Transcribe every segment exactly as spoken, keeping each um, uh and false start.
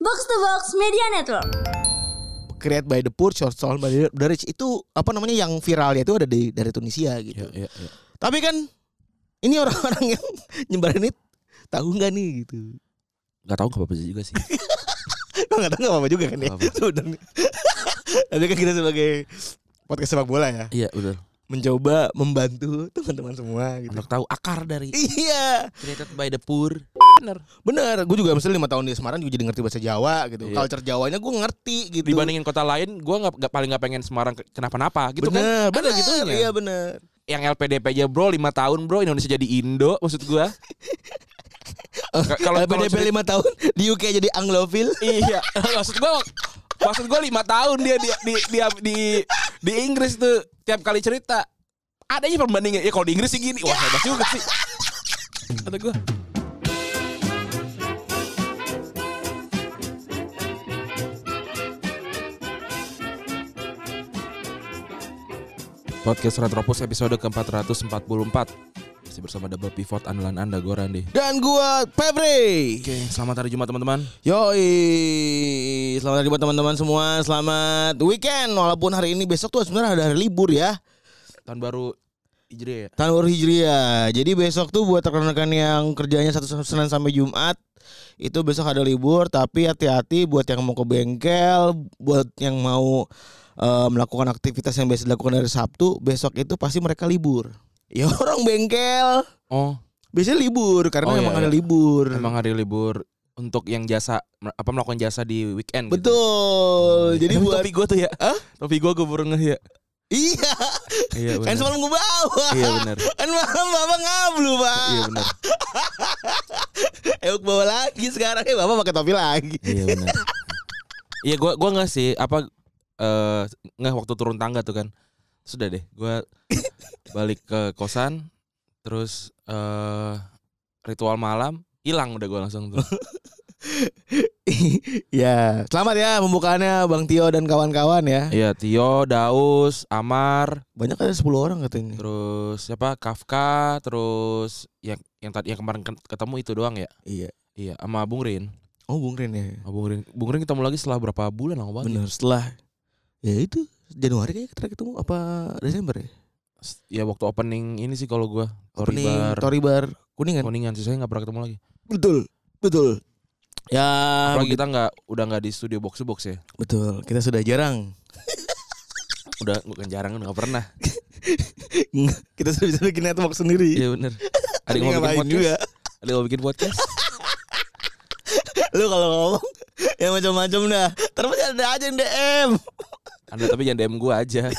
Box to Box Media Network. Create by the Poor, Short Sold by the Rich itu apa namanya yang viralnya itu ada di, dari Tunisia gitu. Ya, ya, ya. Tapi kan ini orang-orang yang nyebarin ini tahu nggak nih gitu? Nggak tahu nggak apa-apa juga sih. Lo nggak tahu nggak apa-apa juga kan ya? Sebenarnya. Tapi kan kita sebagai podcast sepak bola ya. Iya betul. Mencoba membantu teman-teman semua gitu. Untuk tahu akar dari Iya. Created by the Poor. Bener. Bener. Gue juga misalnya lima tahun di Semarang juga jadi ngerti bahasa Jawa gitu. Iya. Culture Jawanya gue ngerti gitu. Dibandingin kota lain, gue nggak nggak paling nggak pengen Semarang ke- kenapa-napa gitu bener, kan? bener Ada gitu gitunya. Iya bener. Yang L P D P aja bro lima tahun bro, Indonesia jadi Indo maksud gue. Kalau L P D P lima tahun di U K jadi Anglophile. Iya, maksud gue maksud gue lima tahun dia di di di di, di Inggris tuh tiap kali cerita adanya perbandingan. Ya kalau di Inggris sih gini, wah hebat juga sih. Kata gue. Podcast Retropus episode ke empat ratus empat puluh empat. Masih bersama double pivot andalan Anda, gue Randy. Dan gua Febri. Oke, selamat hari Jumat teman-teman. Yoi, selamat hari buat teman-teman semua. Selamat weekend. Walaupun hari ini besok tuh sebenarnya ada hari libur ya. Tahun baru Hijriah ya. Tahun baru Hijriah. Jadi besok tuh buat rekan-rekan yang kerjanya satu Senin sampai Jumat itu besok ada libur. Tapi hati-hati buat yang mau ke bengkel, buat yang mau uh, melakukan aktivitas yang biasa dilakukan dari Sabtu, besok itu pasti mereka libur. Ya orang bengkel Oh, biasanya libur karena Oh, emang iya, ada iya. libur. emang hari libur untuk yang jasa apa melakukan jasa di weekend. Betul. Gitu. Jadi Tapi buat topi gue tuh ya. Hah? Topi gue gue baru ngeh ya. Iya. Iya Kan benar. semalam gue bawa. Iya benar. Kan malam bapak ngablu pak. Iya benar. Eh bawa lagi sekarang eh bapak pakai topi lagi. Iya benar. Iya gue gue ngeh sih apa eh ngeh waktu turun tangga tuh kan. Sudah deh, gue balik ke kosan, terus eh ritual malam hilang udah gue langsung tuh. Ya, selamat ya pembukaannya Bang Tio dan kawan-kawan ya. Iya, Tio, Daus, Amar, Banyak ada sepuluh orang katanya. terus siapa Kafka, terus yang yang tadi yang kemarin ket- ketemu itu doang ya. Iya. Iya, sama Bung Rin. Oh Bung Rin ya. Sama Bung Rin. Bung Rin ketemu lagi setelah berapa bulan lama banget. Bener setelah ya itu Januari kayaknya kita ketemu apa Desember ya? Ya waktu opening ini sih kalau gua Tori Opening Bar, Tori Bar Kuningan. Kuningan sih saya nggak pernah ketemu lagi. Betul. Betul. Ya Apalagi kita nggak udah nggak di studio box to box ya. betul. Kita sudah jarang. Udah bukan jarang nggak pernah. Kita sudah bisa bikin network sendiri. Iya bener. Ada yang mau bikin ngapain podcast juga. Ada yang mau bikin podcast. Lu kalau ngomong ya macam-macam dah. Terus ada aja yang D M. Anda tapi jangan D M gua aja.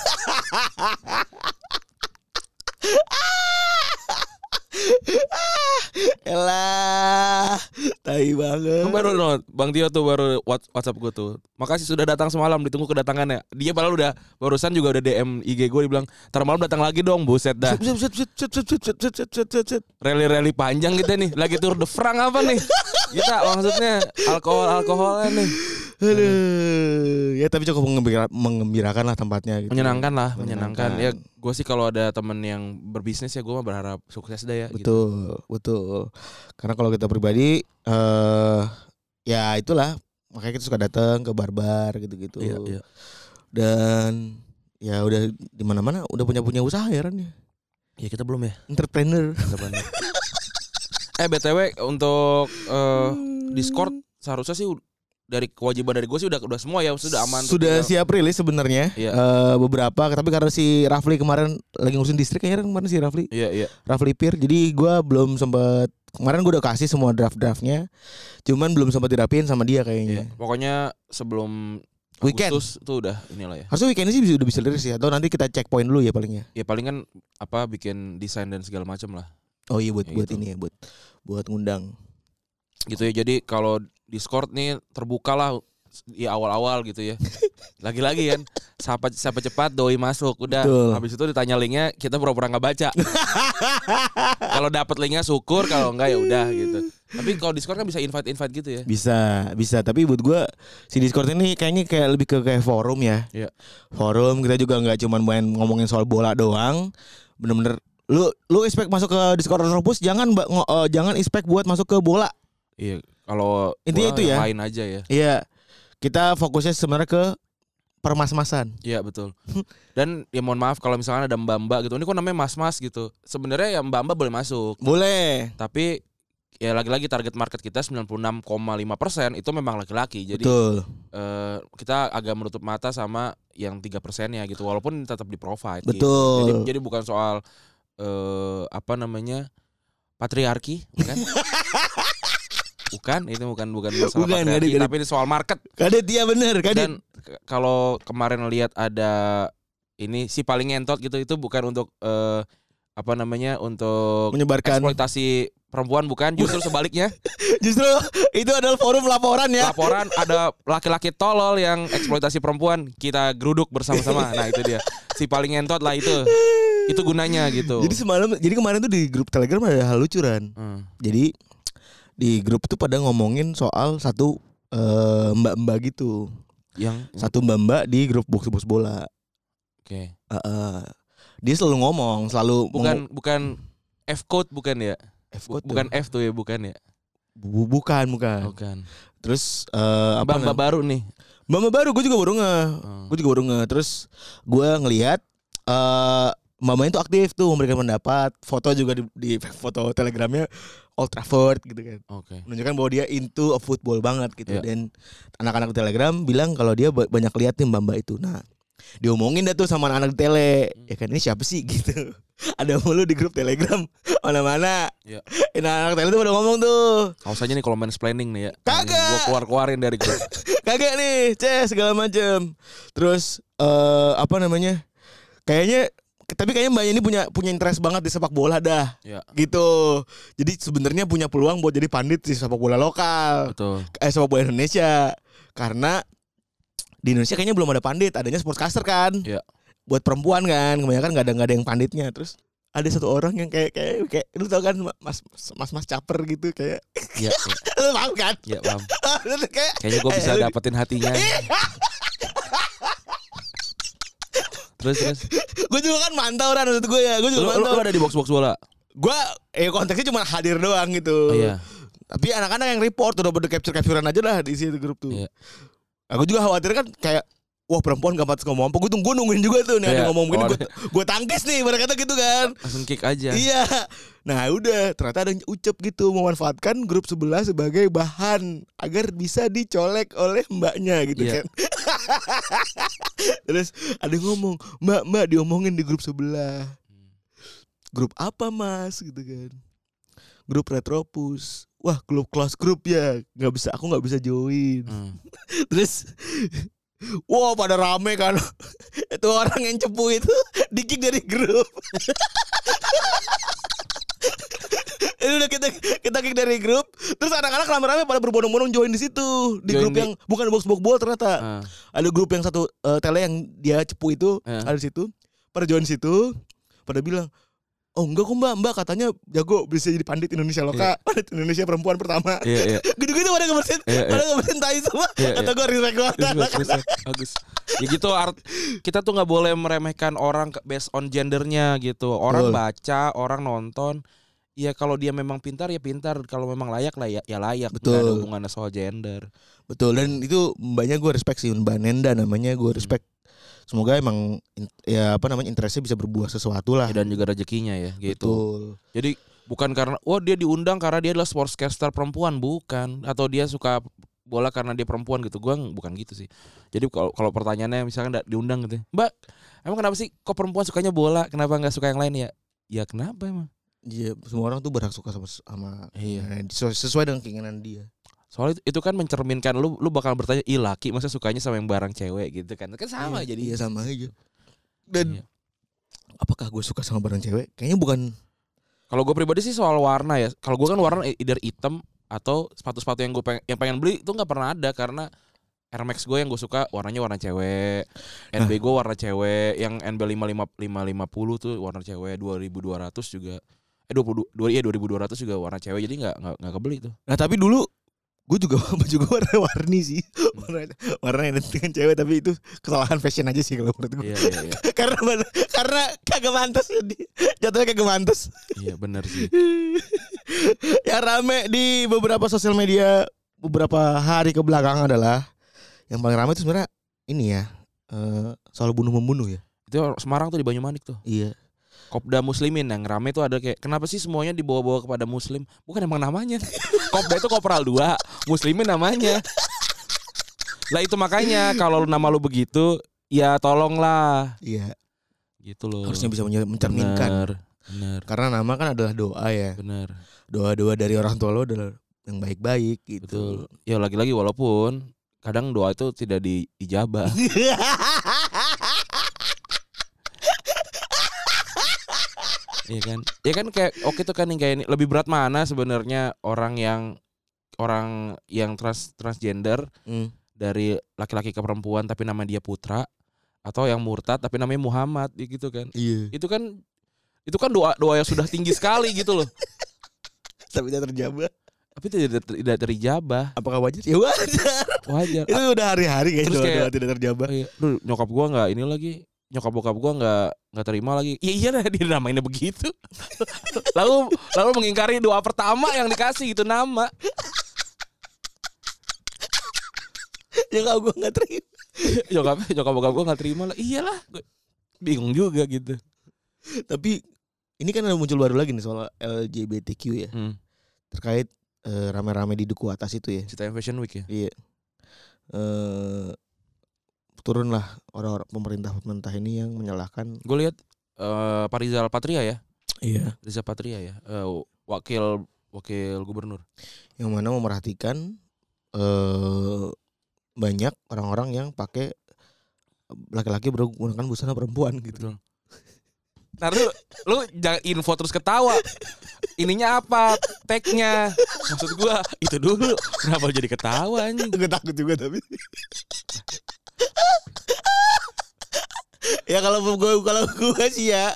Elah, tai banget. Lu baru no, Bang Tio tuh baru WhatsApp gue tuh. Makasih sudah datang semalam, ditunggu kedatangannya. Dia padahal udah barusan juga udah D M I G gue, dia bilang ntar malam datang lagi dong, buset dah. Set, set, set, set, set, set, set, set, set, set, set. Rally-rally panjang kita nih, lagi Tour de France apa nih? Kita maksudnya alkohol-alkoholan nih. Aduh, ya tapi cukup mengembira- mengembirakan lah tempatnya gitu. Menyenangkan lah, menyenangkan. Menyenangkan. Ya gue sih kalau ada temen yang berbisnis ya gue mah berharap sukses dah ya. Gitu. Betul, betul. Karena kalau kita pribadi eh ya itulah makanya kita suka datang ke bar-bar gitu-gitu. Iya, iya. Dan ya udah di mana-mana udah punya punya usaha ya Ran ya. Ya kita belum ya. Entrepreneur. eh B T W untuk uh, Discord seharusnya sih dari kewajiban dari gue sih udah udah semua ya sudah aman. Sudah tuh, siap rilis sebenarnya. Iya. Eh, beberapa tapi karena si Rafli kemarin lagi ngurusin distrik kayaknya kemarin si Rafli. Iya iya. Rafli Pir. Jadi gue belum sempat kemarin gue udah kasih semua draft-draftnya. Cuman belum sempat dirapiin sama dia kayaknya. Iya. Pokoknya sebelum Weekend. Agustus tuh udah inilah ya. Harusnya weekend ini sih bisa udah bisa rilis ya. Atau nanti kita check point dulu ya palingnya. Ya paling kan apa bikin desain dan segala macam lah. Oh iya buat Ya buat gitu. ini ya buat buat ngundang. Gitu ya. Jadi kalau Discord nih terbuka lah di awal-awal gitu ya. Lagi-lagi kan siapa siapa cepat doi masuk udah. Betul. Habis itu ditanya linknya kita pura-pura nggak baca. Kalau dapat linknya syukur, kalau enggak ya udah gitu. Tapi kalau Discord kan bisa invite-invite gitu ya. Bisa, bisa. Tapi buat gue si Discord ini kayaknya kayak lebih ke kayak forum ya. Iya. Forum kita juga nggak cuma main ngomongin soal bola doang. Bener-bener lu lu expect masuk ke Discord Retropus jangan mbak ngo- eh, jangan expect buat masuk ke bola. Iya. Kalau Intinya gua itu yang ya. lain aja ya. Iya. Kita fokusnya sebenarnya ke permas-masan. Iya betul. Dan ya mohon maaf kalau misalkan ada mbak-mbak gitu. Ini kok namanya mas-mas gitu. Sebenarnya ya mbak-mbak boleh masuk. Boleh. Tapi ya lagi-lagi target market kita sembilan puluh enam koma lima persen itu memang laki-laki. Jadi Betul. eh, kita agak menutup mata sama yang tiga persennya gitu. Walaupun tetap di-provide gitu. Betul. Jadi, jadi bukan soal eh, apa namanya patriarki, bukan? Bukan, itu bukan bukan masalah Bukan, patriarki, kadit, tapi ini soal market. Kadit dia bener, kadit. Dan k- kalau kemarin lihat ada ini si paling ngentot gitu, itu bukan untuk eh, apa namanya untuk Menyebarkan. eksploitasi perempuan, bukan, justru sebaliknya. Justru itu adalah forum laporan ya. Laporan ada laki-laki tolol yang eksploitasi perempuan, kita geruduk bersama-sama. Nah itu dia, si paling ngentot lah itu. Itu gunanya gitu. Jadi semalam, jadi kemarin tuh di grup Telegram ada hal lucu Ran. Hmm. Jadi di grup itu pada ngomongin soal satu eh, mbak-mbak gitu. Yang Satu mbak-mbak di grup box-box bola. Oke. Uh, uh, dia selalu ngomong, selalu Bukan meng- bukan F code bukan ya? F Bu- bukan F tuh ya, bukan ya? Bu- bukan, bukan. Bukan. Terus eh, apa Mbak-mbak nam- baru nih. mbak-mbak baru gue juga baru nge. Hmm. Gue juga baru nge. Terus gue ngelihat eh mbak-mbaknya itu aktif tuh memberikan pendapat, foto juga di, di foto Telegramnya Old Trafford gitu kan. Oke. Menunjukkan bahwa dia into a football banget gitu. Iya. Dan anak-anak di Telegram bilang kalau dia ba- banyak lihat nih mbak-mbak itu. Nah, diomongin dah tuh sama anak-anak di tele. Ya kan ini siapa sih gitu. Ada mulu di grup Telegram mana-mana. Iya. Ini anak-anak tele tuh pada ngomong tuh. Awas aja nih kalau mansplaining nih ya. Kagak. Gue keluar-keluarin dari grup. Kagak nih, ces segala macem. Terus eh apa namanya? Kayaknya tapi kayaknya mbaknya ini punya punya interest banget di sepak bola dah. Ya. Gitu. Jadi sebenarnya punya peluang buat jadi pandit di sepak bola lokal. Betul. Eh sepak bola Indonesia. Karena di Indonesia kayaknya belum ada pandit, adanya sportscaster kan. Iya. Buat perempuan kan, kebanyakan nggak ada nggak ada yang panditnya. Terus ada satu orang yang kayak kayak kayak lu tau kan mas mas mas caper gitu kayak Iya. Ya. lu paham kan? Ya, paham. kayak Kayaknya gue bisa Eh, lu- dapetin hatinya. Terus terus. gue juga kan mantau kan maksud gue ya, gue juga Lu, lu, mantau. lu ada di box-box bola? Gue eh konteksnya cuma hadir doang gitu. Oh iya. Tapi anak-anak yang report udah pada capture-capturean aja lah di situ grup tuh. Iya. Aku juga khawatir kan kayak wah perempuan gak pantas ngomong apa. Gue tuh gue nungguin juga tuh nih Iya. ada ngomong begini Oh, gue gue tangkis nih mereka kata gitu kan. Langsung kick aja. Iya. Nah udah ternyata ada yang ucap gitu memanfaatkan grup sebelah sebagai bahan agar bisa dicolek oleh mbaknya gitu Iya. kan. Terus ada yang ngomong mbak mbak diomongin di grup sebelah. Grup apa mas gitu kan. Grup Retropus. Wah klub kelas grup ya nggak bisa aku nggak bisa join. Hmm. Terus wow pada rame kan. Itu orang yang cepu itu di-kick dari grup. Ini udah kita kita kick dari grup. Terus anak-anak rame-rame pada berbondong-bondong join di situ. Di Join grup di- yang bukan box box ball ternyata. Ah. Ada grup yang satu eh, tele yang dia cepu itu Eh. ada di situ. Pada join situ. Pada bilang oh enggak kok mbak, mbak katanya jago bisa jadi pandit Indonesia lokal, pandit Indonesia perempuan pertama. Iya, iya. Gitu-gitu pada ngebersihin, Iya, iya. pada ngebersihin tai semua. Iya, Kata iya. gue respect banget. Respect, respect. Bagus. Ya gitu art kita tuh nggak boleh meremehkan orang ke- based on gendernya gitu. Orang Betul. baca, orang nonton. Ya kalau dia memang pintar ya pintar, kalau memang layak lah ya, ya layak. Betul. Nggak ada hubungannya soal gender. Betul, dan itu mbaknya gue respect sih, Mbak Nenda namanya gue respect. Semoga emang in- ya apa namanya interestnya bisa berbuah sesuatu lah. Ya, dan juga rezekinya ya gitu. Betul. Jadi bukan karena wah dia diundang karena dia adalah sportscaster perempuan, bukan, atau dia suka bola karena dia perempuan gitu. Gua bukan gitu sih. Jadi kalau kalau pertanyaannya misalkan da- diundang gitu, Mbak, emang kenapa sih kok perempuan sukanya bola? Kenapa nggak suka yang lain ya? Ya kenapa emang? Iya, semua orang tuh berhak suka sama sama Iya. sesuai, sesuai dengan keinginan dia. Soalnya itu, itu kan mencerminkan lu lu bakal bertanya, "Ih, laki masa sukanya sama yang barang cewek gitu kan?" Kan sama Iya, jadi. iya sama aja. Dan Iya. apakah gue suka sama barang cewek? Kayaknya bukan. Kalau gue pribadi sih soal warna ya. Kalau gue kan warna either hitam atau sepatu-sepatu yang gue pengen, yang pengen beli itu nggak pernah ada karena Air Max gue yang gue suka warnanya warna cewek, N B gue warna cewek, yang N B lima lima lima lima puluh tuh warna cewek, dua ribu dua ratus juga eh dua puluh dua iya dua ribu dua ratus juga warna cewek, jadi nggak nggak nggak kebeli tuh. Nah tapi dulu gue juga baju gue warna-warni sih, warna warna yang dengan cewek, tapi itu kesalahan fashion aja sih kalau menurut gue. Iya iya iya. karena karena kagak mantas jadi jatuhnya kagak mantas. Iya benar sih. Ya rame di beberapa sosial media beberapa hari ke belakang adalah yang paling ramai itu sebenarnya ini ya, uh, soal bunuh membunuh ya. Itu Semarang tuh di Banyumanik tuh. Iya. Kopda Muslimin yang rame tuh ada kayak kenapa sih semuanya dibawa-bawa kepada Muslim? Bukan emang namanya. Kopda itu Kopral dua, Muslimin namanya. Lah itu makanya kalau nama lu begitu, ya tolonglah. Iya. Gitu loh. Harusnya bisa mencerminkan. Bener, bener. Karena nama kan adalah doa ya. Bener. Doa-doa dari orang tua lo adalah yang baik-baik gitu. Betul. Ya lagi-lagi walaupun kadang doa itu tidak diijabah. Iya kan? Ya kan kayak oke tuh kan yang kayak ini lebih berat mana sebenarnya orang yang orang yang trans transgender hmm. dari laki-laki ke perempuan tapi nama dia Putra atau yang murtad tapi namanya Muhammad gitu kan. Iya. Itu kan itu kan doa doa yang sudah tinggi sekali gitu loh. Tapi tidak terjabah. Tapi tidak tidak terijabah. Apakah wajar? Ya wajar. Wajar. Itu udah hari-hari kayak doa, kayak doa tidak terjabah. Iya, duh, nyokap gua enggak ini lagi. Nyokap bokap gua enggak enggak terima lagi. Ya iya lah dia namainnya begitu. lalu lalu mengingkari doa pertama yang dikasih gitu nama. Nyokap gua enggak terima. nyokap nyokap bokap gua enggak terima lah. Iyalah, gua bingung juga gitu. Tapi ini kan ada muncul baru lagi nih soal L G B T Q ya. Hmm. Terkait uh, rame-rame di Duku Atas itu ya. Cita Fashion Week ya. Iya. Uh, turunlah orang-orang pemerintah-pemerintah ini yang menyalahkan. Gue lihat uh, Pak Rizal Patria ya. Iya. Rizal Patria ya. Uh, wakil wakil gubernur. Yang mana memerhatikan uh, banyak orang-orang yang pakai laki-laki menggunakan busana perempuan gitu. Betul. Nah lu, lu jangan info terus ketawa. Ininya apa? Tag-nya. Maksud gua itu dulu. Kenapa jadi ketawa anjing? Gue takut juga tapi. Ya kalau gue kalau gue sih ya.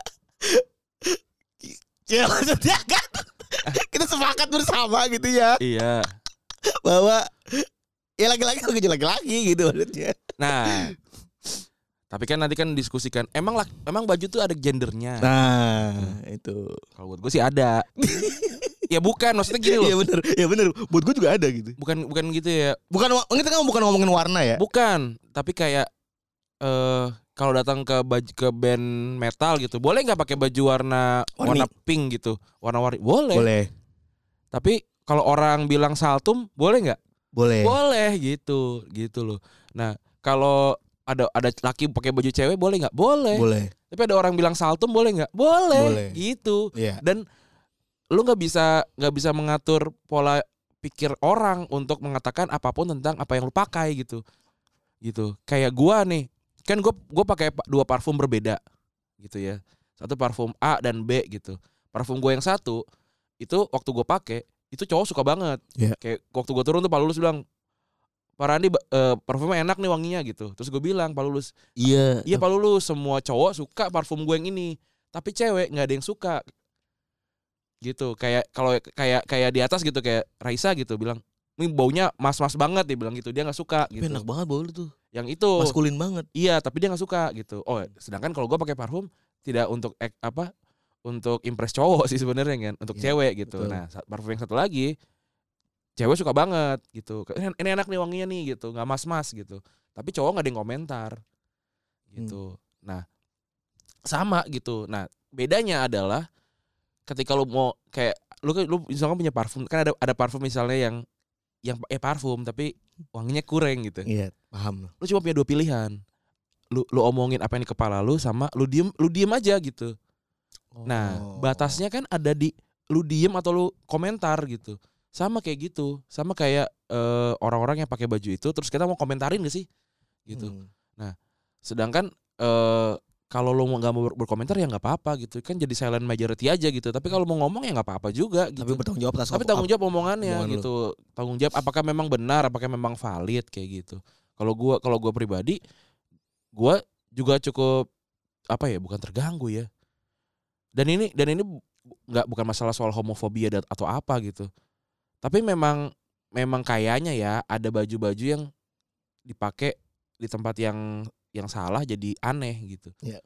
Ya maksudnya kan kita sepakat bersama gitu ya. Iya. Bahwa ya laki-laki lagi laki-laki gitu maksudnya. Nah, tapi kan nanti kan diskusikan emang lah, emang baju tuh ada gendernya. Nah, itu. Kalau buat gue sih ada. Ya bukan, maksudnya gini loh. Iya benar, ya benar. Buat gue juga ada gitu. Bukan bukan gitu ya. Bukan kita kan bukan ngomongin warna ya. Bukan, tapi kayak eh uh, kalau datang ke baju ke band metal gitu, boleh nggak pakai baju warna Warni. warna pink gitu, warna-warni? Boleh. Boleh. Tapi kalau orang bilang saltum, boleh nggak? Boleh. Boleh gitu, gitu loh. Nah, kalau ada ada laki pakai baju cewek boleh nggak? Boleh. Boleh. Tapi ada orang bilang saltum boleh nggak? Boleh. Boleh. Gitu. Iya. Dan lu nggak bisa nggak bisa mengatur pola pikir orang untuk mengatakan apapun tentang apa yang lu pakai gitu. Gitu. Kayak gua nih, kan gua gua pakai dua parfum berbeda gitu ya. Satu parfum A dan B gitu. Parfum gua yang satu itu waktu gua pakai itu cowok suka banget. Yeah. Kayak waktu gue turun tuh Pak Lulus bilang, Pak Randi uh, parfumnya enak nih wanginya gitu. Terus gue bilang Pak Lulus, iya, iya Pak Lulus semua cowok suka parfum gue yang ini, tapi cewek nggak ada yang suka. Gitu. Kayak kalau kayak kayak di atas gitu kayak Raisa gitu bilang, ini baunya mas-mas banget dia bilang gitu, dia nggak suka. Gitu. Enak banget bau lu tuh. Yang itu. Maskulin banget. Iya, tapi dia nggak suka gitu. Oh, sedangkan kalau gue pakai parfum tidak untuk ek, apa? Untuk impress cowok sih sebenarnya kan, untuk ya, cewek gitu. Betul. Nah, parfum yang satu lagi cewek suka banget gitu. Ini enak nih wanginya nih gitu, nggak mas-mas gitu. Tapi cowok nggak ada yang komentar gitu. Hmm. Nah, sama gitu. Nah, bedanya adalah ketika lu mau kayak lu lu misalkan punya parfum, kan ada ada parfum misalnya yang yang eh parfum tapi wanginya kurang gitu. Iya, paham. Lu cuma punya dua pilihan. Lu lu omongin apa yang di kepala lu sama lu diem lu diem aja gitu. Nah, batasnya kan ada di lu diem atau lu komentar gitu. Sama kayak gitu. Sama kayak uh, orang-orang yang pakai baju itu terus kita mau komentarin gak sih? Gitu. Hmm. Nah, sedangkan uh, kalau lu nggak mau berkomentar ya nggak apa-apa gitu. Kan jadi silent majority aja gitu. Tapi kalau mau ngomong ya nggak apa-apa juga gitu. Tapi bertanggung jawab atas Tapi tanggung jawab omongannya omongan gitu. Lu. Tanggung jawab apakah memang benar, apakah memang valid kayak gitu. Kalau gua kalau gua pribadi gua juga cukup apa ya, bukan terganggu ya. Dan ini dan ini nggak bukan masalah soal homofobia atau apa gitu. Tapi memang memang kayaknya ya ada baju-baju yang dipakai di tempat yang yang salah jadi aneh gitu. Ya.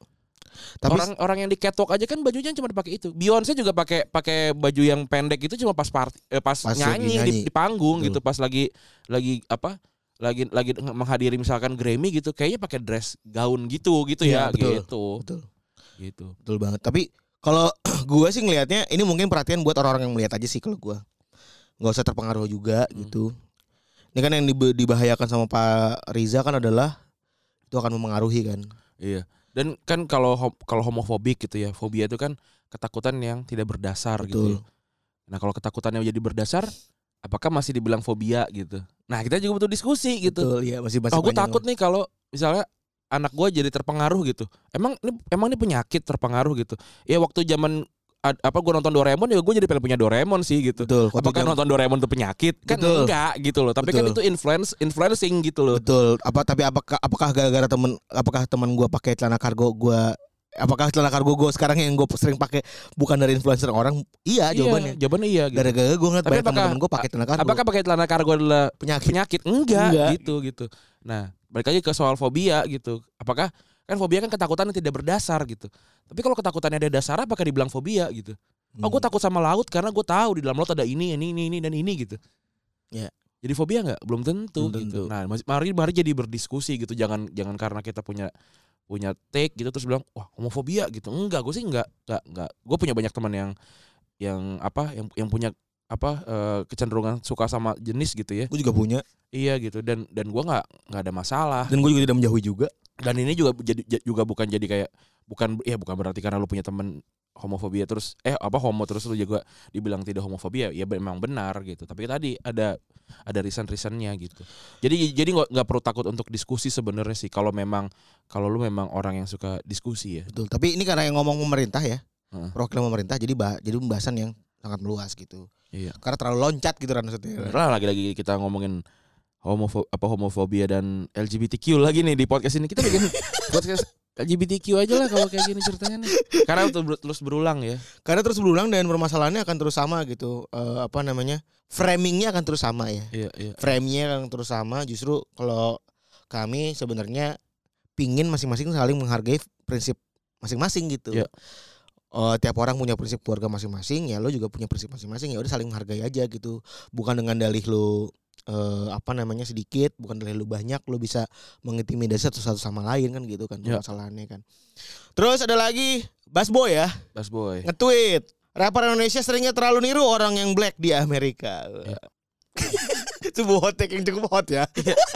Tapi orang orang yang di catwalk aja kan bajunya cuma pakai itu. Beyonce juga pakai pakai baju yang pendek itu cuma pas party, eh, pas, Pas nyanyi, lagi nyanyi. Di, di panggung Betul. gitu, pas lagi lagi apa? lagi lagi menghadiri misalkan Grammy gitu, kayaknya pakai dress gaun gitu gitu Iya, ya, betul. gitu. betul. Gitu. Betul banget. Tapi kalau gue sih ngelihatnya ini mungkin perhatian buat orang-orang yang melihat aja sih kalau gue. Nggak usah terpengaruh juga Hmm. gitu. Ini kan yang dibe- dibahayakan sama Pak Riza kan adalah itu akan memengaruhi kan. Iya. Dan kan kalau hom- kalau homofobik gitu ya, fobia itu kan ketakutan yang tidak berdasar gitu. Betul. Ya. Nah, kalau ketakutannya jadi berdasar, apakah masih dibilang fobia gitu? Nah, kita juga butuh diskusi gitu. Betul, iya masih masih Oh, gue panjang. takut nih kalau misalnya anak gue jadi terpengaruh gitu. Emang ini emang ini penyakit terpengaruh gitu. Ya waktu zaman ad- apa gue nonton Doraemon ya gue jadi pengen punya Doraemon sih gitu. Betul. waktu Apakah jam- nonton Doraemon itu penyakit? Kan Betul. enggak gitu loh. Tapi kan Betul. itu influence influencing gitu loh. Betul. Apa tapi apakah apakah gara-gara temen apakah teman gue pakai celana kargo gue apakah celana kargo gue sekarang yang gue sering pakai bukan dari influencer orang? Iya, jawabannya. Iya, jawabannya iya gitu. Gara-gara gue ngeliat Tapi banyak apakah- temen-temen gue pakai celana kargo. Apakah pakai celana kargo adalah penyakit? penyakit? Enggak, Enggak. gitu gitu. Nah, balik lagi ke soal fobia gitu. Apakah kan fobia kan ketakutan yang tidak berdasar gitu. Tapi kalau ketakutannya ada dasar, apakah dibilang fobia gitu? Oh, gue takut sama laut karena gue tahu di dalam laut ada ini, ini, ini, ini dan ini gitu. Ya. Jadi fobia nggak? Belum tentu, Belum tentu. gitu. Nah, mas- mari mari jadi berdiskusi gitu. Jangan jangan karena kita punya punya take gitu terus bilang wah homofobia gitu. Enggak, gue sih enggak enggak enggak. Gue punya banyak teman yang yang apa yang yang punya apa eh, kecenderungan suka sama jenis gitu ya. Gue juga punya. Iya gitu dan dan gue nggak nggak ada masalah. Dan gue juga tidak menjauhi juga. Dan ini juga jadi j- juga bukan jadi kayak bukan ya bukan berarti karena lu punya temen homofobia terus eh apa homo terus lu juga dibilang tidak homofobia ya memang benar gitu. Tapi tadi ada ada reason-reasonnya gitu. Jadi jadi nggak nggak perlu takut untuk diskusi sebenarnya sih kalau memang kalau lu memang orang yang suka diskusi ya. Betul. Tapi ini karena yang ngomong pemerintah ya. Heeh. Perwakilan pemerintah jadi bah- jadi pembahasan yang sangat meluas gitu. Iya. Karena terlalu loncat gitu kan maksudnya. Lah lagi-lagi kita ngomongin homofo apa homofobia dan L G B T Q lagi nih di podcast ini. Kita bikin podcast L G B T Q aja lah kalau kayak gini ceritanya nih. Karena itu ber- terus berulang ya. Karena terus berulang dan permasalahannya akan terus sama gitu. Eh, apa namanya? Framingnya akan terus sama ya. Iya, iya. Frame-nya akan terus sama. Justru kalau kami sebenarnya pingin masing-masing saling menghargai prinsip masing-masing gitu. Iya. Eh, tiap orang punya prinsip keluarga masing-masing, ya lo juga punya prinsip masing-masing. Ya udah saling menghargai aja gitu. Bukan dengan dalih lo eh, apa namanya sedikit, bukan dalih lo banyak, lo bisa mengintimidasi satu satu sama lain kan gitu kan Iya. permasalahannya kan. Terus ada lagi Bass Boy ya. Bas boy. Nge-tweet, rapper Indonesia seringnya terlalu niru orang yang black di Amerika. Ya. Sebuah hot take yang cukup hot ya.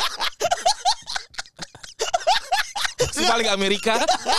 Balik Amerika.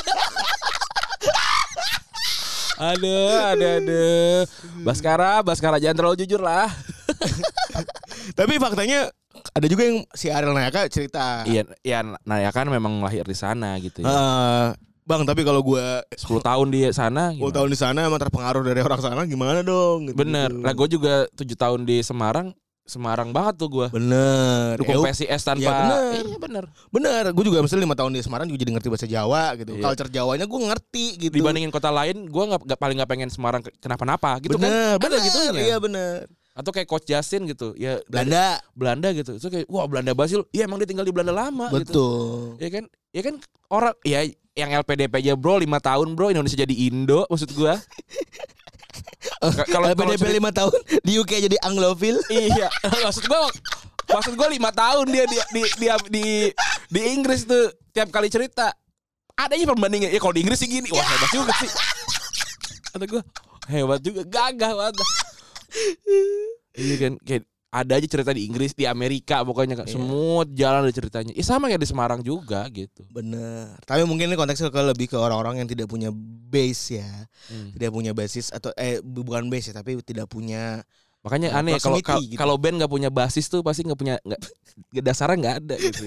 Aduh, aduh, aduh. Baskara, Baskara jangan terlalu jujur lah. Tapi faktanya ada juga yang si Ariel Nayaka cerita. Iya, ya Naya kan memang lahir di sana gitu ya. Eh, Bang, tapi kalau gue sepuluh tahun di sana sepuluh gimana? tahun di sana emang terpengaruh dari orang sana gimana dong? Gitu, Bener. Lah gue juga tujuh tahun di Semarang. Semarang banget tuh gue. Bener. Dukung Eh, P S I S tanpa. ya bener. Iya bener. Bener. Gue juga misalnya lima tahun di Semarang juga jadi ngerti bahasa Jawa gitu. Iya. Culture Jawanya gue ngerti gitu. Dibandingin kota lain, gue nggak nggak- paling nggak pengen Semarang ke- kenapa-napa gitu bener, kan? Ada bener, gitunya. Iya bener. Atau kayak Coach Justin gitu, ya dari Belanda. Belanda gitu. Itu kayak wah Belanda Basil, iya emang dia tinggal di Belanda lama gitu. Betul. Ya kan? Ya kan orang ya yang L P D P aja bro lima tahun bro Indonesia jadi Indo maksud gua. K- Kalau L P D P kalau lima tahun di U K jadi Anglophile. iya, maksud gua maksud gua lima tahun dia di di di di, di Inggris tuh tiap kali cerita ada aja perbandingan. Ya kalau di Inggris sih gini, wah hebat juga sih. Kata gua hebat juga, gagah banget. Iya kan kayak ada aja cerita di Inggris, di Amerika pokoknya kan. Iya. Semua jalan ada ceritanya. Ya sama kayak di Semarang juga gitu. Bener. Tapi mungkin ini konteksnya ke lebih ke orang-orang yang tidak punya base ya. Hmm. Tidak punya basis atau eh bu- bukan base ya, tapi tidak punya Makanya Uh, aneh kalau proximity kalau gitu. kalau band nggak punya basis tuh pasti nggak punya nggak dasarnya nggak ada gitu.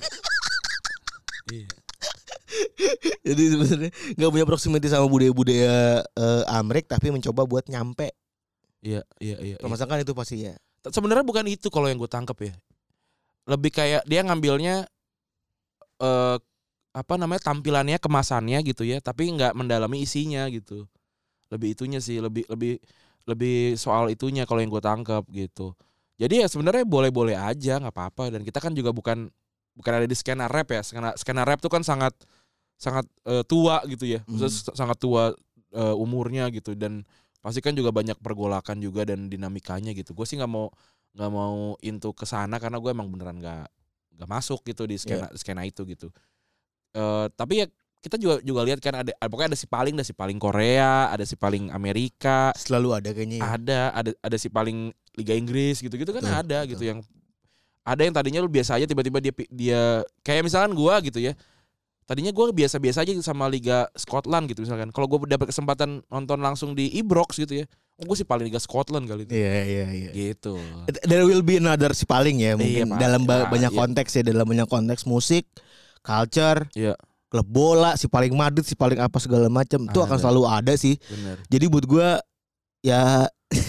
Iya. jadi sebenarnya nggak punya proximity sama budaya-budaya eh, Amrik tapi mencoba buat nyampe. Iya iya iya. iya. Permasalahan itu pasti ya. T- Sebenarnya bukan itu kalau yang gue tangkep ya. Lebih kayak dia ngambilnya eh apa namanya tampilannya kemasannya gitu ya, tapi nggak mendalami isinya gitu. Lebih itunya sih, lebih lebih lebih soal itunya kalau yang gue tangkep gitu. Jadi ya sebenarnya boleh-boleh aja nggak apa-apa dan kita kan juga bukan bukan ada di skena rap ya. Skena skena rap tuh kan sangat sangat uh, tua gitu ya. Maksudnya Hmm. sangat tua uh, umurnya gitu dan pasti kan juga banyak pergolakan juga dan dinamikanya gitu. Gue sih nggak mau nggak mau into ke sana karena gue emang beneran nggak nggak masuk gitu di skena yeah. skena itu gitu. Uh, tapi ya kita juga juga lihat kan ada pokoknya ada si paling ada si paling Korea, ada si paling Amerika, selalu ada kayaknya ya. Ada ada ada si paling Liga Inggris gitu-gitu kan betul, ada betul. Gitu yang ada yang tadinya lu biasa aja tiba-tiba dia dia kayak misalkan gua gitu ya. Tadinya gua biasa-biasa aja gitu sama Liga Scotland gitu misalkan. Kalau gua dapat kesempatan nonton langsung di Ibrox gitu ya. Oh, gue sih paling Liga Scotland kali itu. Iya iya iya. Gitu. There will be another si paling ya mungkin iya, dalam ba- nah, banyak iya. konteks ya dalam banyak konteks musik, culture. Iya. Klub bola, si paling Madrid, si paling apa segala macam itu akan selalu ada sih. Bener. Jadi buat gue ya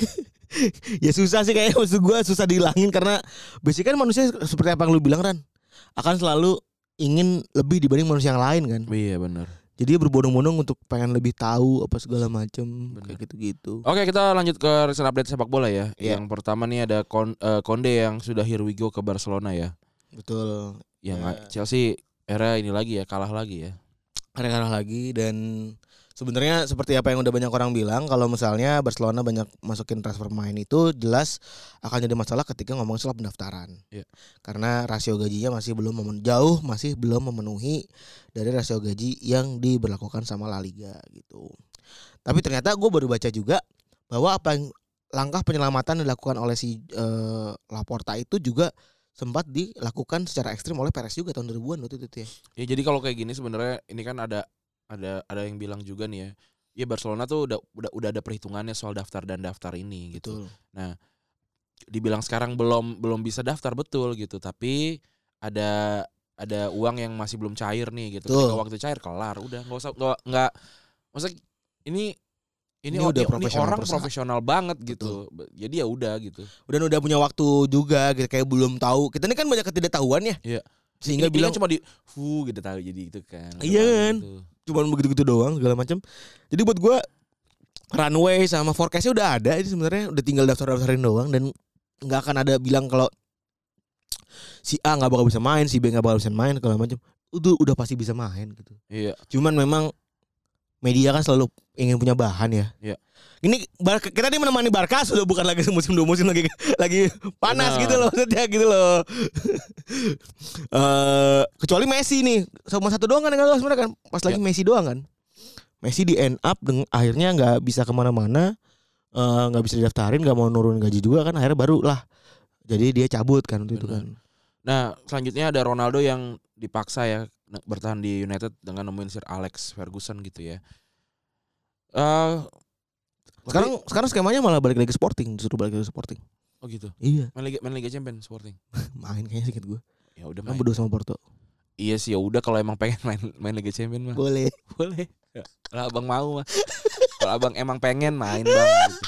ya susah sih kayaknya maksud gue susah dihilangin karena basically kan manusia seperti apa yang lu bilang Ran akan selalu ingin lebih dibanding manusia yang lain kan. Iya benar. Jadi berbondong-bondong untuk pengen lebih tahu apa segala macam kayak gitu-gitu. Oke kita lanjut ke recent update sepak bola ya. Yeah. Yang pertama nih ada Konde yang sudah here we go ke Barcelona ya. Betul. Yang yeah. Chelsea era ini lagi ya kalah lagi ya kalah kalah lagi dan sebenarnya seperti apa yang udah banyak orang bilang kalau misalnya Barcelona banyak masukin transfer pemain itu jelas akan jadi masalah ketika ngomong soal pendaftaran yeah. karena rasio gajinya masih belum memen- jauh masih belum memenuhi dari rasio gaji yang diberlakukan sama La Liga gitu. Tapi ternyata gue baru baca juga bahwa apa yang langkah penyelamatan dilakukan oleh si uh, Laporta itu juga sempat dilakukan secara ekstrim oleh Perez juga tahun dua ribuan waktu itu ya. Ya jadi kalau kayak gini sebenarnya ini kan ada ada ada yang bilang juga nih ya. Ya Barcelona tuh udah udah udah ada perhitungannya soal daftar dan daftar ini gitu. Betul. Nah, dibilang sekarang belum belum bisa daftar betul gitu, tapi ada ada uang yang masih belum cair nih gitu. Ketika waktu cair kelar, udah enggak usah enggak enggak maksudnya ini Ini, ini udah ini, profesional ini orang perusahaan. profesional banget gitu. Betul. Jadi ya udah gitu. Dan udah punya waktu juga gitu kayak belum tahu. Kita ini kan banyak ketidaktahuan ya. Iya. Sehingga ini, bilang ini kan cuma di fu gitu tahu jadi gitu kan. Iya kan. Gitu. Cuman begitu-gitu doang segala macam. Jadi buat gua runway sama forecast-nya udah ada. Ini sebenarnya udah tinggal daftar-daftarin doang dan enggak akan ada bilang kalau si A enggak bakal bisa main, si B enggak bakal bisa main segala macam. Udah udah pasti bisa main gitu. Iya. Cuman memang media kan selalu ingin punya bahan ya. Iya. Ini kita nih menemani Barca sudah bukan lagi musim dua musim lagi lagi panas benar. Gitu loh maksudnya gitu loh. uh, kecuali Messi nih sama satu doang kan yang gagal sebenarnya kan. Pas lagi ya. Messi doang kan. Messi di end up dengan akhirnya nggak bisa kemana-mana, nggak uh, bisa didaftarin, nggak mau nurunin gaji juga kan akhirnya baru lah. Jadi dia cabut kan waktu itu kan. Nah selanjutnya ada Ronaldo yang dipaksa ya bertahan di United dengan nemuin Sir Alex Ferguson gitu ya. Uh, sekarang tapi, sekarang skemanya malah balik lagi ke Sporting, disuruh balik lagi ke Sporting. Oh gitu. Iya. Main Liga, main Liga Champions Sporting. Main kayaknya sedikit gue. Ya udah main. Berdua sama Porto. Iya sih ya udah kalau emang pengen main main Liga Champions mah. Boleh. Boleh. Kalau abang mau mah. Kalau abang emang pengen main bang. Gitu.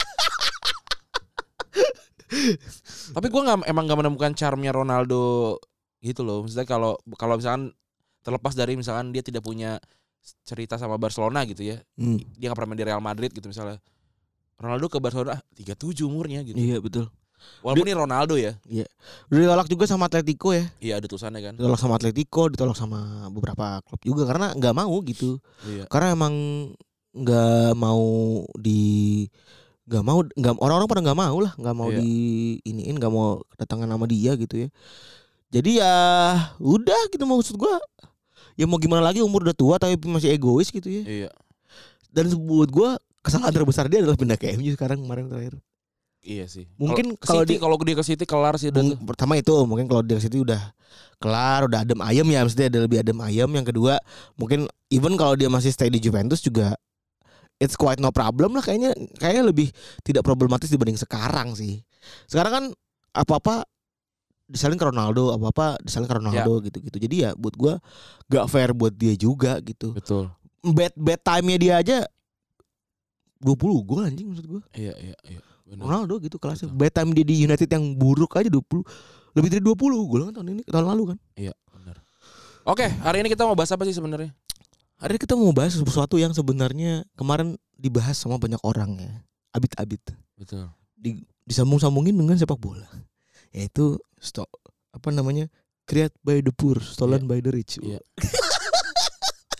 Tapi gue nggak emang nggak menemukan charmnya Ronaldo gitu loh. Maksudnya kalau kalau misalkan terlepas dari misalkan dia tidak punya cerita sama Barcelona gitu ya, hmm. dia nggak pernah main di Real Madrid gitu misalnya. Ronaldo ke Barcelona tiga puluh tujuh umurnya gitu. Iya betul. Walaupun dia, ini Ronaldo ya. Iya. Udah ditolak juga sama Atletico ya. Iya ada tulisannya kan. Ditolak sama Atletico, ditolak sama beberapa klub juga karena nggak mau gitu. Iya. Karena emang nggak mau di nggak mau nggak orang-orang pada nggak mau lah, nggak mau iya. di iniin, nggak mau kedatangan sama dia gitu ya. Jadi ya udah gitu maksud gua. Ya mau gimana lagi umur udah tua tapi masih egois gitu ya. Iya. Dan buat gua kesalahan terbesar dia adalah pindah ke M U sekarang kemarin terakhir. Iya sih. Mungkin kalau dia kalau dia ke City kelar sih mung, pertama itu mungkin kalau dia ke City udah kelar, udah adem ayam ya, maksudnya ada lebih adem ayam. Yang kedua, mungkin even kalau dia masih stay di Juventus juga it's quite no problem lah kayaknya. Kayaknya lebih tidak problematis dibanding sekarang sih. Sekarang kan apa-apa disalin ke Ronaldo, apa-apa disalin ke Ronaldo ya. Gitu-gitu. Jadi ya buat gue gak fair buat dia juga gitu. Betul. Bad bad time-nya dia aja dua puluh gol anjing maksud gue. Iya iya iya. Benar. Ronaldo gitu kelasnya. Betul. Bad time dia di United yang buruk aja dua puluh. Lebih dari dua puluh gol kan tahun ini, tahun lalu kan. Iya, benar. Oke, hari ini kita mau bahas apa sih sebenarnya? Hari ini kita mau bahas sesuatu yang sebenarnya kemarin dibahas sama banyak orang ya. Abit-abit. Betul. Di, disambung-sambungin dengan sepak bola. Yaitu stop apa namanya create by the poor, stolen yeah. by the rich. Yeah.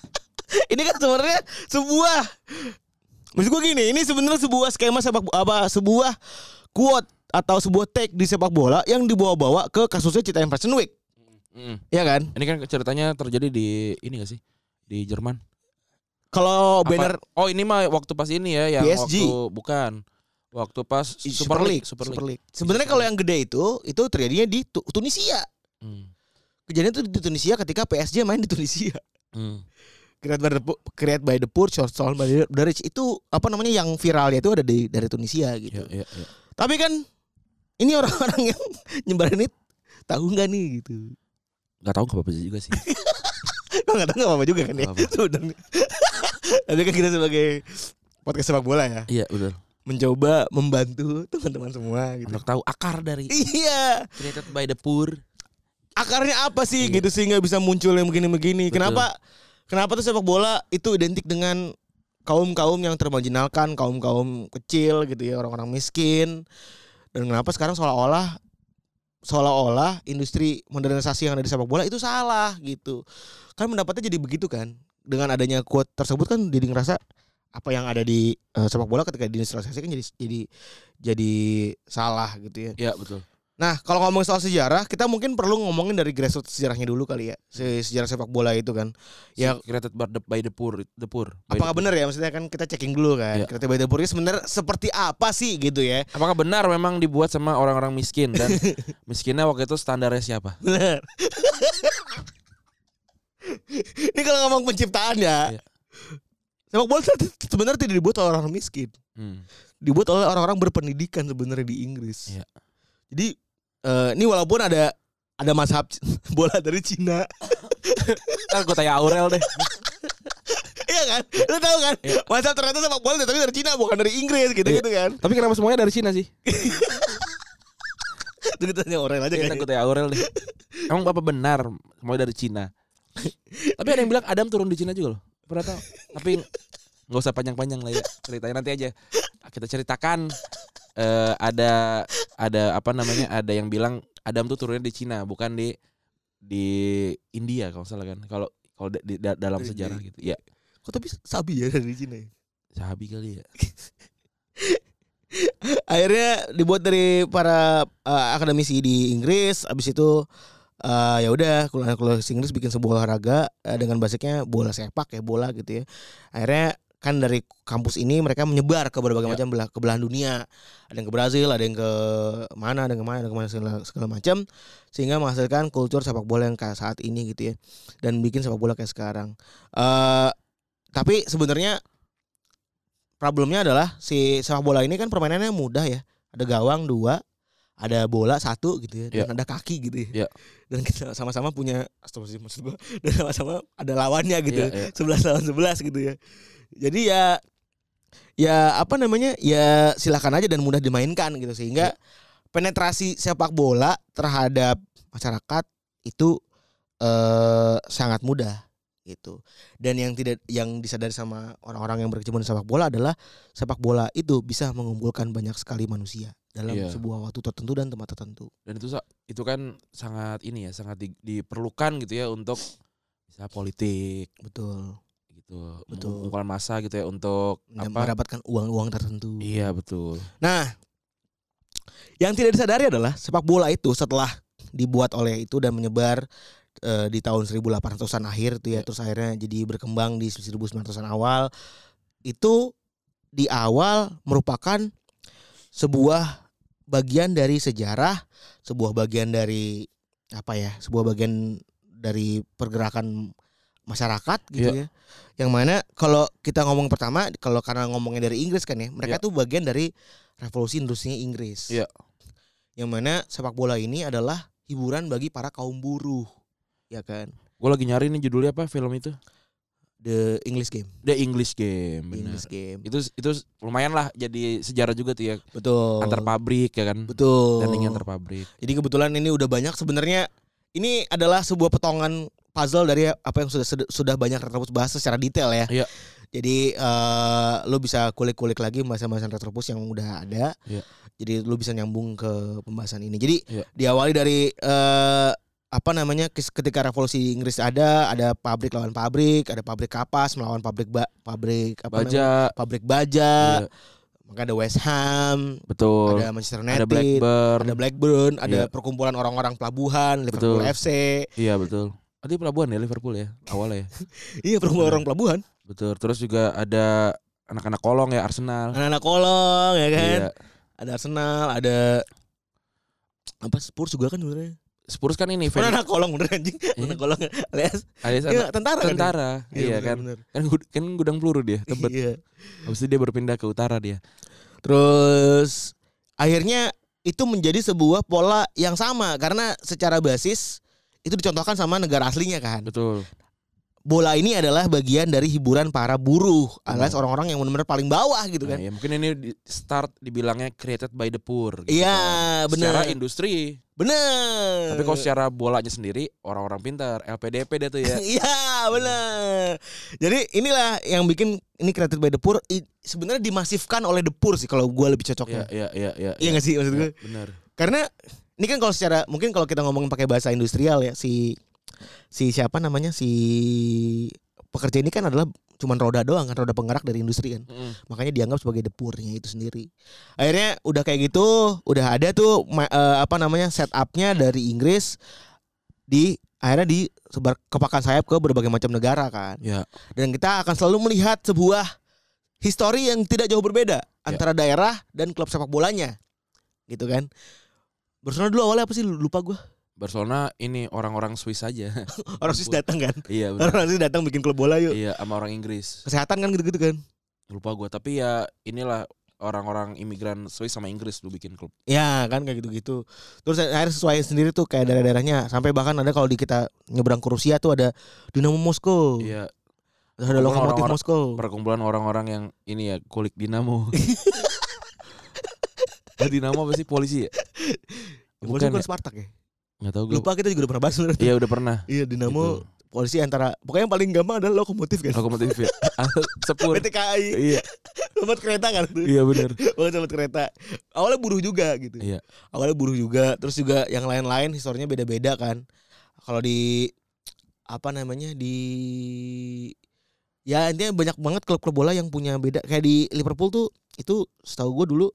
Ini kan sebenarnya sebuah, maksud gue gini, ini sebenarnya sebuah skema sepak apa sebuah quote atau sebuah take di sepak bola yang dibawa-bawa ke kasusnya Citain Fashion Week. Mm. Iya kan? Ini kan ceritanya terjadi di ini gak sih? Di Jerman. Kalau Apa- banner Oh, ini mah waktu pas ini ya yang P S G. waktu bukan. Waktu pas Super League, Super Super League. League. Sebenarnya kalau yang gede itu itu terjadinya di Tu- Tunisia. Hmm. Kejadian itu di Tunisia ketika P S G main di Tunisia. Hmm. Create by the Pu- Create by the Poor, Short Sold by the the Rich itu apa namanya yang viralnya itu ada di dari Tunisia gitu. Ya, ya, ya. Tapi kan ini orang-orang yang nyebarin itu tahu nggak nih gitu. Gak tahu gak apa-apa juga sih. Gue nggak tahu nggak apa-apa juga kan ya. Nggak apa-apa. Sebenarnya. Tapi kan kita sebagai podcast sepak bola ya Iya betul. mencoba membantu teman-teman semua gitu. Untuk tahu akar dari Iya. Created by the Poor. Akarnya apa sih Iya. gitu sehingga bisa muncul yang begini-begini. Betul. Kenapa kenapa tuh sepak bola itu identik dengan kaum-kaum yang termarginalkan, kaum-kaum kecil gitu ya, orang-orang miskin. Dan kenapa sekarang seolah-olah seolah-olah industri modernisasi yang ada di sepak bola itu salah gitu. Kan pendapatnya jadi begitu kan. Dengan adanya quote tersebut kan jadi ngerasa apa yang ada di uh, sepak bola ketika diindustrialisasi kan jadi jadi jadi salah gitu ya. Iya betul. Nah, kalau ngomongin soal sejarah, kita mungkin perlu ngomongin dari grassroots sejarahnya dulu kali ya. Se- Sejarah sepak bola itu kan. Ya, Created by the, by the poor, the poor. by apakah the poor. benar ya? Maksudnya kan kita checking dulu kan. Iya. Creative by the Poor ini sebenarnya seperti apa sih gitu ya? Apakah benar memang dibuat sama orang-orang miskin dan miskinnya waktu itu standarnya siapa? Benar. Ini kalau ngomong penciptaan ya. Iya. Sepak bola se- sebenarnya tidak dibuat oleh orang miskin. Hmm. Dibuat oleh orang-orang berpendidikan sebenarnya di Inggris. Iya. Jadi eh, ini walaupun ada ada mazhab bola dari Cina. Ntar gue tanya Aurel deh. Iya kan? Lu tahu kan? Iya. Mazhab ternyata sepak bola tapi dari Cina bukan dari Inggris gitu-gitu kan. Tapi kenapa semuanya dari Cina sih? Itu kita tanya orang aja Kita kan. gue tanya Aurel deh. Emang apa benar semuanya dari Cina? Tapi ada yang bilang Adam turun di Cina juga loh. Pernah tahu? Tapi nggak usah panjang-panjang lah ya. Ceritain nanti aja. Kita ceritakan eh, ada ada apa namanya? Ada yang bilang Adam tuh turunnya di Cina, bukan di di India kalau nggak salah kan. Kalau kalau di, di- dalam Dari- sejarah gitu. Ya, Kok tapi sabi ya dari Cina ya? sahabi kali ya. Akhirnya dibuat dari para uh, akademisi di Inggris. Abis itu uh, ya udah keluar-keluar Inggris bikin sebuah olahraga uh, dengan basicnya bola sepak ya, bola gitu ya. Akhirnya kan dari kampus ini mereka menyebar ke berbagai Ya. macam belah, ke belahan dunia. Ada yang ke Brazil, ada yang ke mana, ada yang ke mana, ada yang ke mana segala, segala macam, sehingga menghasilkan kultur sepak bola yang kayak saat ini gitu ya. Dan bikin sepak bola kayak sekarang. Uh, tapi sebenarnya problemnya adalah si sepak bola ini kan permainannya mudah ya. Ada gawang dua, ada bola satu gitu ya, dan Ya. ada kaki gitu ya. Ya. Dan kita sama-sama punya, astagfirullahaladzim maksud gua, dan sama-sama ada lawannya gitu. Ya, ya. Sebelas lawan sebelas gitu ya. Jadi ya ya apa namanya? Ya silakan aja dan mudah dimainkan gitu sehingga penetrasi sepak bola terhadap masyarakat itu eh, sangat mudah gitu. Dan yang tidak yang disadari sama orang-orang yang berkecimpung di sepak bola adalah sepak bola itu bisa mengumpulkan banyak sekali manusia dalam Iya. sebuah waktu tertentu dan tempat tertentu. Dan itu sa- itu kan sangat ini ya, sangat di- diperlukan gitu ya untuk bisa politik Betul. gitu, Betul. mengumpulkan massa gitu ya untuk Dan apa? mendapatkan uang-uang tertentu. Iya betul. Nah, yang tidak disadari adalah sepak bola itu setelah dibuat oleh itu dan menyebar eh, di tahun seribu delapan ratusan akhir itu ya, Ya. terus akhirnya jadi berkembang di seribu sembilan ratusan awal. Itu di awal merupakan sebuah bagian dari sejarah, sebuah bagian dari apa ya, sebuah bagian dari pergerakan masyarakat gitu ya. Yang mana kalau kita ngomong pertama, kalau karena ngomongnya dari Inggris kan ya, mereka Ya. tuh bagian dari revolusi industrinya Inggris. Ya. Yang mana sepak bola ini adalah hiburan bagi para kaum buruh. Ya kan? Gue lagi nyari nih judulnya apa film itu? The English Game. The English Game. The Benar. English Game. Itu itu lumayan lah jadi sejarah juga tuh ya, Betul. antar pabrik ya kan. Betul. Tandingnya antar pabrik. Jadi kebetulan ini udah banyak sebenarnya, ini adalah sebuah potongan puzzle dari apa yang sudah sudah banyak Retropus bahas secara detail ya. Iya. Jadi eh lu bisa kulik-kulik lagi pembahasan-pembahasan Retropus yang udah ada. Iya. Jadi lu bisa nyambung ke pembahasan ini. Jadi Iya. diawali dari eh apa namanya ketika revolusi Inggris ada ada pabrik lawan pabrik, ada pabrik kapas melawan pabrik ba, pabrik apa Baja. namanya? Pabrik baja. Iya. Maka ada West Ham, Betul. ada Manchester United, Ada Blackburn. ada Blackburn, ada Iya. perkumpulan orang-orang pelabuhan, Liverpool Betul. F C. Iya betul. Tadi pelabuhan ya Liverpool ya awalnya ya. Iya, perkumpulan orang pelabuhan. Betul. Terus juga ada anak-anak kolong ya Arsenal. Anak-anak kolong ya kan. Iya. Ada Arsenal, ada apa Spurs juga kan sebenarnya. Spurs kan ini Mana fan- anak kolong bener anjing. Iya. Anak kolong alias alias iya, anak- tentara kan. tentara. Iya, Iya bener, kan. bener. Kan gud- kan gudang peluru dia, Tebet. Iya. Habis itu dia berpindah ke utara dia. Terus akhirnya itu menjadi sebuah pola yang sama karena secara basis itu dicontohkan sama negara aslinya kan. Betul. Bola ini adalah bagian dari hiburan para buruh alias Benar. orang-orang yang benar-benar paling bawah gitu Nah, kan. ya mungkin ini di start dibilangnya created by the poor. Gitu Iya, kan. benar. Secara industri. Bener. Tapi kalau secara bolanya sendiri orang-orang pintar, L P D P dia tuh ya. Iya benar. Jadi inilah yang bikin ini created by the poor. I- Sebenarnya dimasifkan oleh the poor sih kalau gue lebih Iya, cocoknya. iya, iya, iya. Iya nggak sih maksud gue? Iya, benar. Karena ini kan kalau secara mungkin kalau kita ngomongin pakai bahasa industrial ya si si siapa namanya si pekerja ini kan adalah cuman roda doang kan, roda penggerak dari industri kan. Mm-mm. Makanya dianggap sebagai the poor-nya itu sendiri. Akhirnya udah kayak gitu, udah ada tuh ma- eh, apa namanya setupnya dari Inggris di akhirnya disebar kepakan sayap ke berbagai macam negara kan. Ya, Dan kita akan selalu melihat sebuah histori yang tidak jauh berbeda antara daerah dan klub sepak bolanya. Gitu kan. Barcelona dulu awalnya apa sih lupa gue. Barcelona ini orang-orang Swiss aja. Orang Swiss datang kan. Iya, benar. Orang Swiss datang bikin klub bola yuk. Iya, sama orang Inggris. Kesehatan kan gitu-gitu kan. Lupa gua, tapi ya inilah orang-orang imigran Swiss sama Inggris dulu bikin klub. Ya kan kayak gitu-gitu. Terus akhirnya sesuai sendiri tuh kayak daerah-daerahnya. Sampai bahkan ada kalau di kita nyebrang ke Rusia tuh ada Dinamo Moskow. Iya, Terus ada Lokomotif Orang-orang- Moskow. perkumpulan orang-orang yang ini ya kulik Dinamo. Nah, Dinamo apa sih polisi ya? Moskow Bukan kan ya? Spartak ya. Nggak tahu gue. Lupa kita juga udah pernah bahas sebenarnya. Iya udah pernah. Iya Dinamo Gitu. polisi antara pokoknya yang paling gampang adalah Lokomotif kan. Lokomotif ya. Sepur. P T K I. Iya, Sobat kereta kan tuh. iya benar. Pokoknya sobat kereta. Awalnya buruh juga gitu. Iya. Awalnya buruh juga. Terus juga yang lain-lain historinya beda-beda kan. Kalau di apa namanya di ya intinya banyak banget klub-klub bola yang punya beda. Kayak di Liverpool tuh itu setahu gue dulu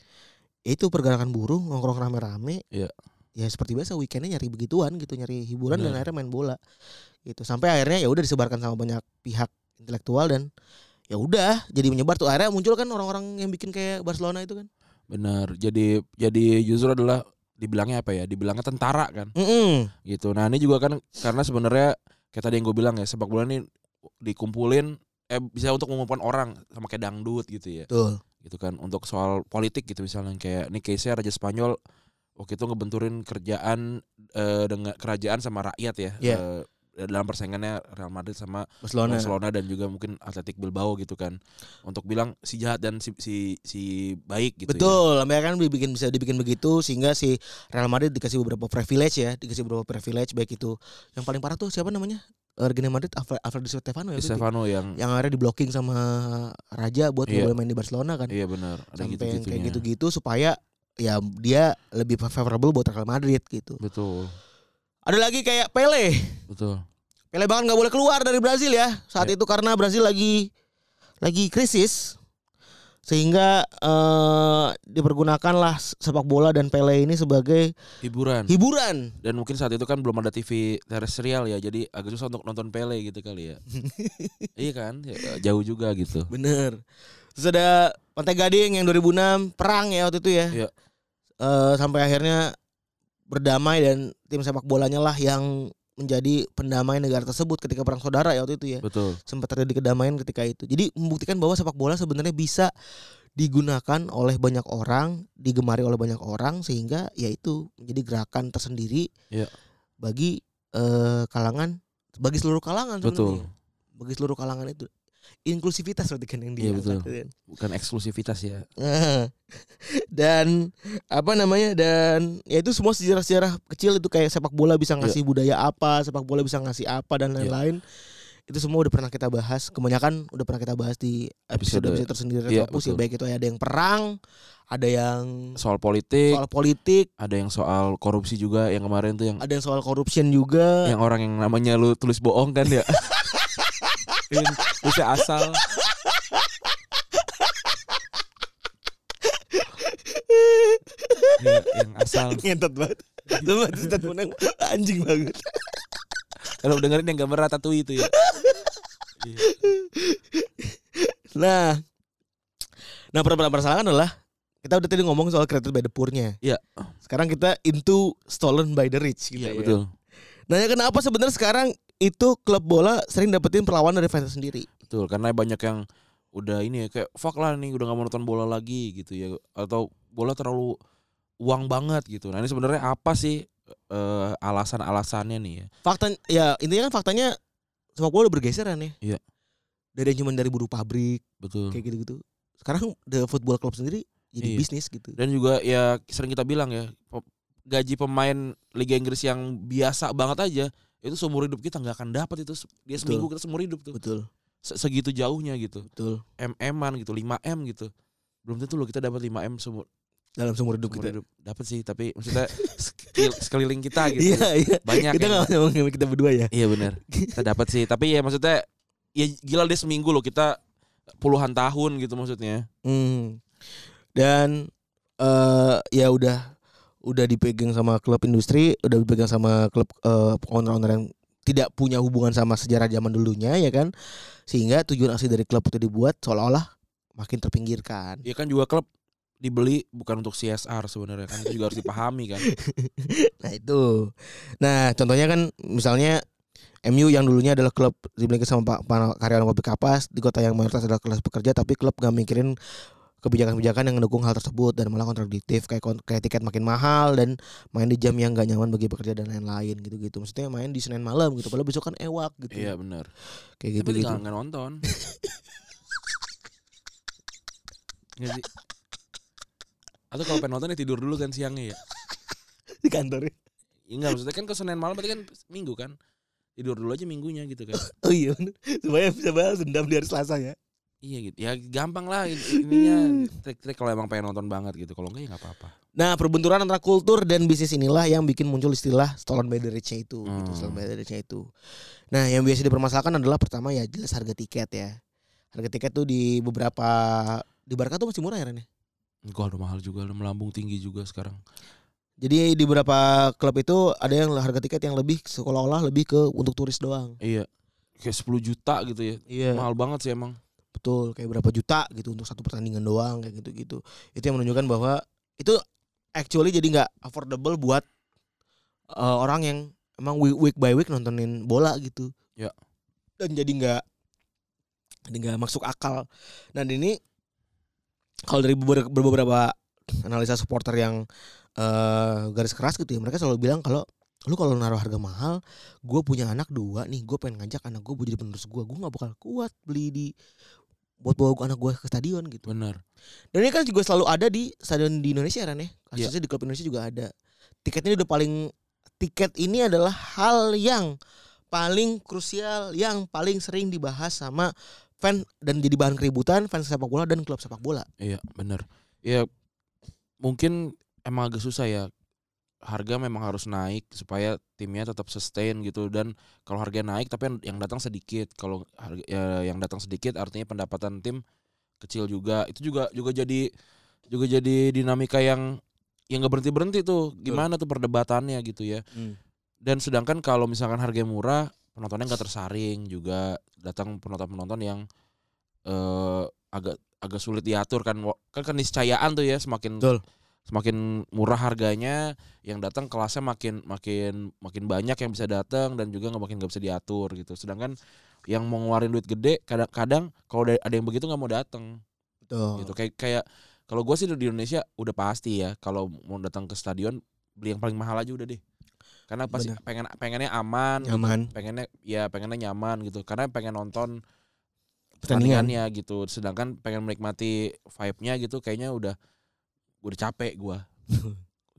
itu pergerakan buruh nongkrong rame-rame. Iya. Ya seperti biasa weekendnya nyari begituan gitu, nyari hiburan dan Bener. akhirnya main bola gitu. Sampai akhirnya ya udah disebarkan sama banyak pihak intelektual dan ya udah jadi menyebar tuh. Akhirnya muncul kan orang-orang yang bikin kayak Barcelona itu kan. Benar. Jadi jadi justru adalah dibilangnya apa ya? Dibilangnya tentara kan. Mm-mm. Gitu. Nah, ini juga kan karena sebenarnya kayak tadi yang gue bilang ya, sepak bola ini dikumpulin eh bisa untuk mengumpulkan orang sama kayak dangdut gitu ya. Betul. Gitu kan, untuk soal politik gitu misalnya kayak ini case-nya Raja Spanyol waktu itu ngebenturin kerjaan eh, dengan kerajaan sama rakyat ya. Iya. Eh, dalam persaingannya Real Madrid sama Barcelona. Barcelona dan juga mungkin Athletic Bilbao gitu kan. Untuk bilang si jahat dan si si, si baik gitu ya. Betul, mereka kan dibikin bisa dibikin begitu sehingga si Real Madrid dikasih beberapa privilege ya, dikasih beberapa privilege baik itu. Yang paling parah tuh siapa namanya? Real Madrid Alfredo Alfredo Di Stefano ya. Di Stefano yang Yang akhirnya di blocking sama Raja buat nggak Iya. boleh main di Barcelona kan. iya benar, ada Sampai yang gitu-gitunya. kayak gitu-gitu supaya ya dia lebih favorable buat Real Madrid gitu. Betul. Ada lagi kayak Pele. Betul. Pele bahkan nggak boleh keluar dari Brazil ya saat Ya. itu karena Brazil lagi lagi krisis sehingga eh, dipergunakanlah sepak bola dan Pele ini sebagai Hiburan. hiburan. Dan mungkin saat itu kan belum ada T V terestrial ya, jadi agak susah untuk nonton Pele gitu kali ya. Iya kan, ya, jauh juga gitu. Bener. Terus ada Pantai Gading yang dua ribu enam perang ya waktu itu ya. Iya. Eh, sampai akhirnya berdamai dan tim sepak bolanya lah yang menjadi pendamai negara tersebut ketika perang saudara ya waktu itu ya. Betul. Sempat terjadi kedamaian ketika itu. Jadi membuktikan bahwa sepak bola sebenarnya bisa digunakan oleh banyak orang, digemari oleh banyak orang sehingga ya itu menjadi gerakan tersendiri Iya. bagi eh, kalangan, bagi seluruh kalangan Betul. sebenarnya. Bagi seluruh kalangan itu. Inklusivitas berarti kan yang dia. Iya, betul. Bukan eksklusivitas ya. Dan apa namanya dan ya itu semua sejarah-sejarah kecil itu kayak sepak bola bisa ngasih budaya apa, sepak bola bisa ngasih apa dan lain-lain. Itu semua udah pernah kita bahas. Kebanyakan udah pernah kita bahas di episode episode tersendiri Iya, Retropus ya. betul. Baik itu ada yang perang, ada yang Soal politik, soal politik, ada yang soal korupsi juga yang kemarin tuh yang ada yang soal corruption juga. yang orang yang namanya lu tulis bohong kan ya. Yang tulisnya asal. Ya, yang asal. Ngentot banget. Cuma statement anjing banget. Kalau dengerin yang gambar Ratatouille itu ya. Iya. Nah, nah permasalahan adalah kita udah tadi ngomong soal created by the poor-nya. Iya. Sekarang kita into stolen by the rich gitu Iya ya. betul. Nah, ya kenapa sebenarnya sekarang itu klub bola sering dapetin perlawanan dari fans sendiri? Betul, karena banyak yang udah ini ya kayak fuck lah nih udah gak mau nonton bola lagi gitu ya, atau bola terlalu uang banget gitu. Nah ini sebenarnya apa sih uh, alasan-alasannya nih ya? Fakta ya intinya kan faktanya sepak bola udah bergeser kan ya. Iya. Dari yang cuma dari buruh pabrik Betul. kayak gitu-gitu. Sekarang the football club sendiri jadi Iya. bisnis gitu. Dan juga ya sering kita bilang ya pe- gaji pemain Liga Inggris yang biasa banget aja itu seumur hidup kita nggak akan dapat itu. Dia seminggu kita seumur hidup tuh. Betul. Se- Segitu jauhnya gitu. Betul. M-an gitu, lima M gitu. Belum tentu loh kita dapat lima M seumur Dalam seumur hidup seumur kita. hidup. Dapat sih, tapi maksudnya sekil- sekeliling kita gitu. Iya, iya. Banyak Kita yang- enggak ngomongin kita berdua ya. Iya benar. Kita dapat sih, tapi ya maksudnya ya gila dia seminggu loh, kita puluhan tahun gitu maksudnya. Hmm. Dan eh ya udah udah dipegang sama klub industri, udah dipegang sama klub eh, owner-owner yang tidak punya hubungan sama sejarah zaman dulunya ya kan. Sehingga tujuan asli dari klub itu dibuat seolah-olah makin terpinggirkan. Ya kan juga klub dibeli bukan untuk C S R sebenarnya kan, itu juga harus dipahami kan. Nah itu. Nah contohnya kan misalnya M U yang dulunya adalah klub dimiliki sama pa- pa- karyawan kopi kapas di kota yang mayoritas adalah kelas pekerja, tapi klub gak mikirin kebijakan-kebijakan yang mendukung hal tersebut dan malah kontradiktif kayak kon- kayak tiket makin mahal dan main di jam yang gak nyaman bagi pekerja dan lain-lain gitu-gitu. Maksudnya main di Senin malam gitu, padahal besok kan ewak gitu. Iya benar. Kayak Tapi gitu-gitu. tinggal nggak nonton. Nggak sih? Atau kalau pengen nonton ya tidur dulu kan siangnya ya. Di kantor. Ya enggak, maksudnya kan ke Senin malam berarti kan minggu kan. Tidur dulu aja minggunya gitu kan. Oh iya bener. Supaya bisa balas dendam di hari Selasa ya. Iya gitu. Ya gampang lah in- ininya trik-trik kalau emang pengen nonton banget gitu. Kalau enggak ya enggak apa-apa. Nah, perbenturan antara kultur dan bisnis inilah yang bikin muncul istilah stolen by the rich-nya itu, gitu, Hmm. stolen by the rich-nya itu. Nah, yang biasa dipermasalahkan adalah pertama ya jelas harga tiket ya. Harga tiket tuh di beberapa di Barca tuh masih murah ya Ren ya? Enggak, udah mahal juga, udah melambung tinggi juga sekarang. Jadi di beberapa klub itu ada yang harga tiket yang lebih seolah-olah lebih ke untuk turis doang. Iya. Kayak sepuluh juta gitu ya. Iya. Mahal banget sih emang. Betul, kayak berapa juta gitu untuk satu pertandingan doang kayak gitu-gitu. Itu yang menunjukkan bahwa itu actually jadi nggak affordable buat uh, orang yang emang week, week by week nontonin bola gitu. Ya. Dan jadi nggak jadi nggak masuk akal. Dan ini kalau dari beberapa, beberapa analisa supporter yang uh, garis keras gitu ya, mereka selalu bilang kalau lu kalau naruh harga mahal, gue punya anak dua nih, gue pengen ngajak anak gue buat jadi penerus gue, gue nggak bakal kuat beli di buat bawa anak gue ke stadion gitu. Benar. Dan ini kan juga selalu ada di stadion di Indonesia kan ya, kasusnya Iya. di klub Indonesia juga ada. Tiketnya udah paling tiket ini adalah hal yang paling krusial, yang paling sering dibahas sama fan dan jadi bahan keributan fans sepak bola dan klub sepak bola. Iya, benar. Ya mungkin emang agak susah ya. Harga memang harus naik supaya timnya tetap sustain gitu, dan kalau harga naik tapi yang datang sedikit. Kalau harga ya, yang datang sedikit artinya pendapatan tim kecil juga. Itu juga juga jadi juga jadi dinamika yang yang enggak berhenti-berhenti tuh. Gimana tuh perdebatannya gitu ya. Hmm. Dan sedangkan kalau misalkan harganya murah, penontonnya enggak tersaring juga. Datang penonton-penonton yang eh, agak agak sulit diatur kan. Kan keniscayaan tuh ya, semakin Betul. semakin murah harganya, yang datang kelasnya makin makin makin banyak yang bisa datang dan juga nggak makin nggak bisa diatur gitu. Sedangkan yang mau ngeluarin duit gede kadang-kadang kalau ada yang begitu nggak mau datang Betul. gitu. Kayak kayak kalau gue sih di Indonesia udah pasti ya kalau mau datang ke stadion beli yang paling mahal aja udah deh. Karena pasti Bener. pengen pengennya aman, Nyaman. gitu. pengennya ya pengennya nyaman gitu. Karena pengen nonton Pertandingan. pertandingannya gitu. Sedangkan pengen menikmati vibe-nya gitu kayaknya udah udah capek gua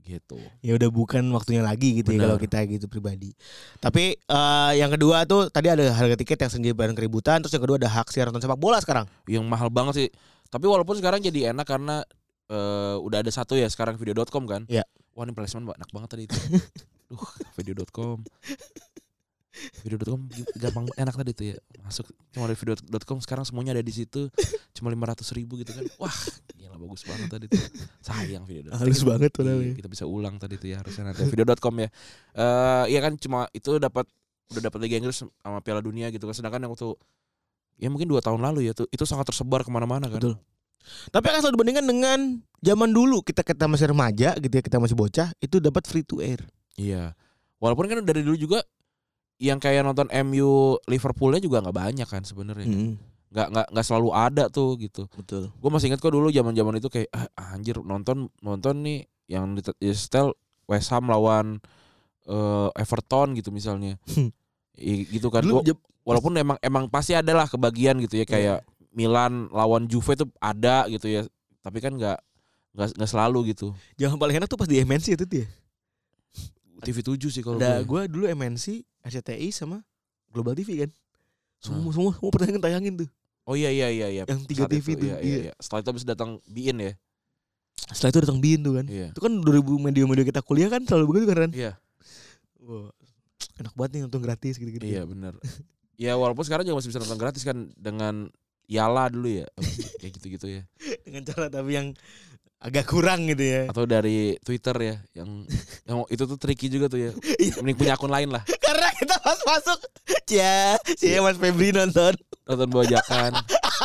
gitu. Ya udah bukan waktunya lagi gitu ya Bener. kalau kita gitu pribadi. Tapi uh, yang kedua tuh tadi ada harga tiket yang sendiri bareng keributan, terus yang kedua ada hak siaran nonton sepak bola sekarang. Yang mahal banget sih. Tapi walaupun sekarang jadi enak karena uh, udah ada satu ya sekarang video dot com kan. Iya. Wah, ini placement enak banget tadi itu. Duh, video dot com. video dot com gampang enak tadi tuh ya. Masuk cuma dari video dot com sekarang semuanya ada di situ. Cuma lima ratus ribu gitu kan. Wah, gila bagus banget tadi tuh. Sayang video dot com. Halus banget tuh Iya, namanya. kita bisa ulang tadi tuh ya harusnya nanti video dot com ya. Eh uh, iya kan cuma itu dapat udah dapat Liga Inggris sama Piala Dunia gitu kan. Sedangkan yang waktu ya mungkin dua tahun lalu ya tuh itu sangat tersebar kemana-mana kan. Betul. Tapi akan selalu dibandingkan dengan zaman dulu kita kita masih remaja gitu ya, kita masih bocah itu dapat free to air. Iya. Walaupun kan dari dulu juga yang kayak nonton M U Liverpoolnya juga nggak banyak kan sebenarnya. Mm-hmm. Nggak nggak nggak selalu ada tuh gitu. Betul. Gue masih ingat kok dulu zaman-zaman itu kayak ah, anjir nonton nonton nih yang di, di setel West Ham lawan uh, Everton gitu misalnya. I, gitu kan. Dulu, Gua, walaupun emang emang pasti ada lah kebagian gitu ya kayak yeah. Milan lawan Juve tuh ada gitu ya. Tapi kan nggak nggak nggak selalu gitu. Yang paling enak tuh pas di M N C itu tuh ya. T V tujuh sih kalau ada gue. Gue dulu M N C, R C T I sama Global T V kan. Semua Hmm. semua semua pertandingan tayangin tuh. Oh iya iya iya iya. Yang tiga Saat T V itu, tuh. Iya, iya, iya. Setelah itu habis datang Bein ya. Setelah itu datang Bein tuh kan. Iya. Itu kan dua ribu media-media kita kuliah kan selalu begitu kan. Iya. Wah, enak banget nih nonton gratis gitu-gitu. Iya benar. Ya walaupun sekarang juga masih bisa nonton gratis kan dengan Yala dulu ya. Kayak gitu-gitu ya. Dengan cara tapi yang agak kurang gitu ya. Atau dari Twitter ya yang yang itu tuh tricky juga tuh ya. Mending punya akun lain lah. Karena kita pas masuk ya, si Mas Febri nonton. Nonton bajakan.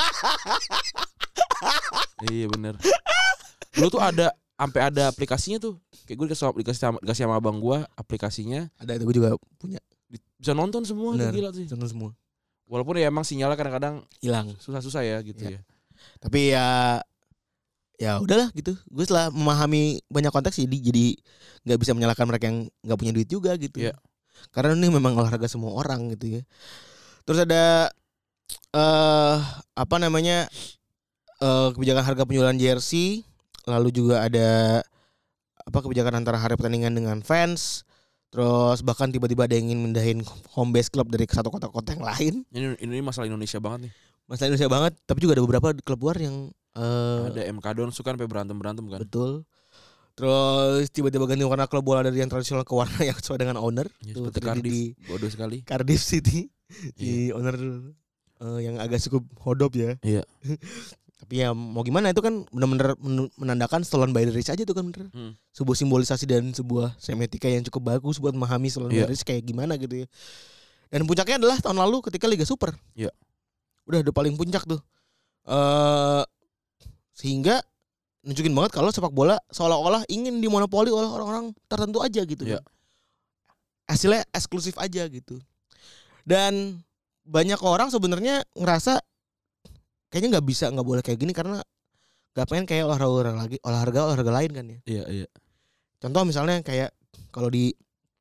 Iya bener. Dulu tuh ada sampai ada aplikasinya tuh. Kayak gue dikasih aplikasi sama, dikasih sama abang gue aplikasinya. Ada itu gue juga punya. Bisa nonton semua tuh, Bener, gila sih. nonton semua. Walaupun ya emang sinyalnya kadang-kadang Hilang. susah-susah ya gitu Ya. ya. Tapi ya ya udahlah gitu. Gue setelah memahami banyak konteks jadi jadi nggak bisa menyalahkan mereka yang nggak punya duit juga gitu. Iya. Karena ini memang olahraga semua orang gitu ya. Terus ada eh uh, apa namanya uh, kebijakan harga penjualan jersey, lalu juga ada apa kebijakan antara hari pertandingan dengan fans. Terus bahkan tiba-tiba ada yang ingin mindahin home base club dari ke satu kota-kota yang lain. Ini ini masalah Indonesia banget nih. Masalah Indonesia banget, tapi juga ada beberapa klub luar yang uh, Ada M K Dons kan sampai berantem-berantem kan. betul. Terus tiba-tiba ganti warna klub bola dari yang tradisional ke warna yang sesuai dengan owner. Ya, Tuh, seperti terjadi Cardiff, di bodoh sekali. Cardiff City. Di Iya. owner uh, yang agak cukup hodop ya. Iya. Tapi ya mau gimana itu kan benar-benar menandakan stolen by the rich aja tuh kan bener. Hmm. Sebuah simbolisasi dan sebuah semiotika yang cukup bagus buat memahami stolen by Iya. the rich kayak gimana gitu ya. Dan puncaknya adalah tahun lalu ketika Liga Super. Iya. Udah udah paling puncak tuh. Uh, sehingga nunjukin banget kalau sepak bola seolah-olah ingin dimonopoli oleh orang-orang tertentu aja gitu. Iya. Hasilnya eksklusif aja gitu. Dan banyak orang sebenarnya ngerasa kayaknya nggak bisa, nggak boleh kayak gini karena nggak pengen kayak olahraga lagi, olahraga olahraga lain kan ya. Iya iya. Contoh misalnya kayak kalau di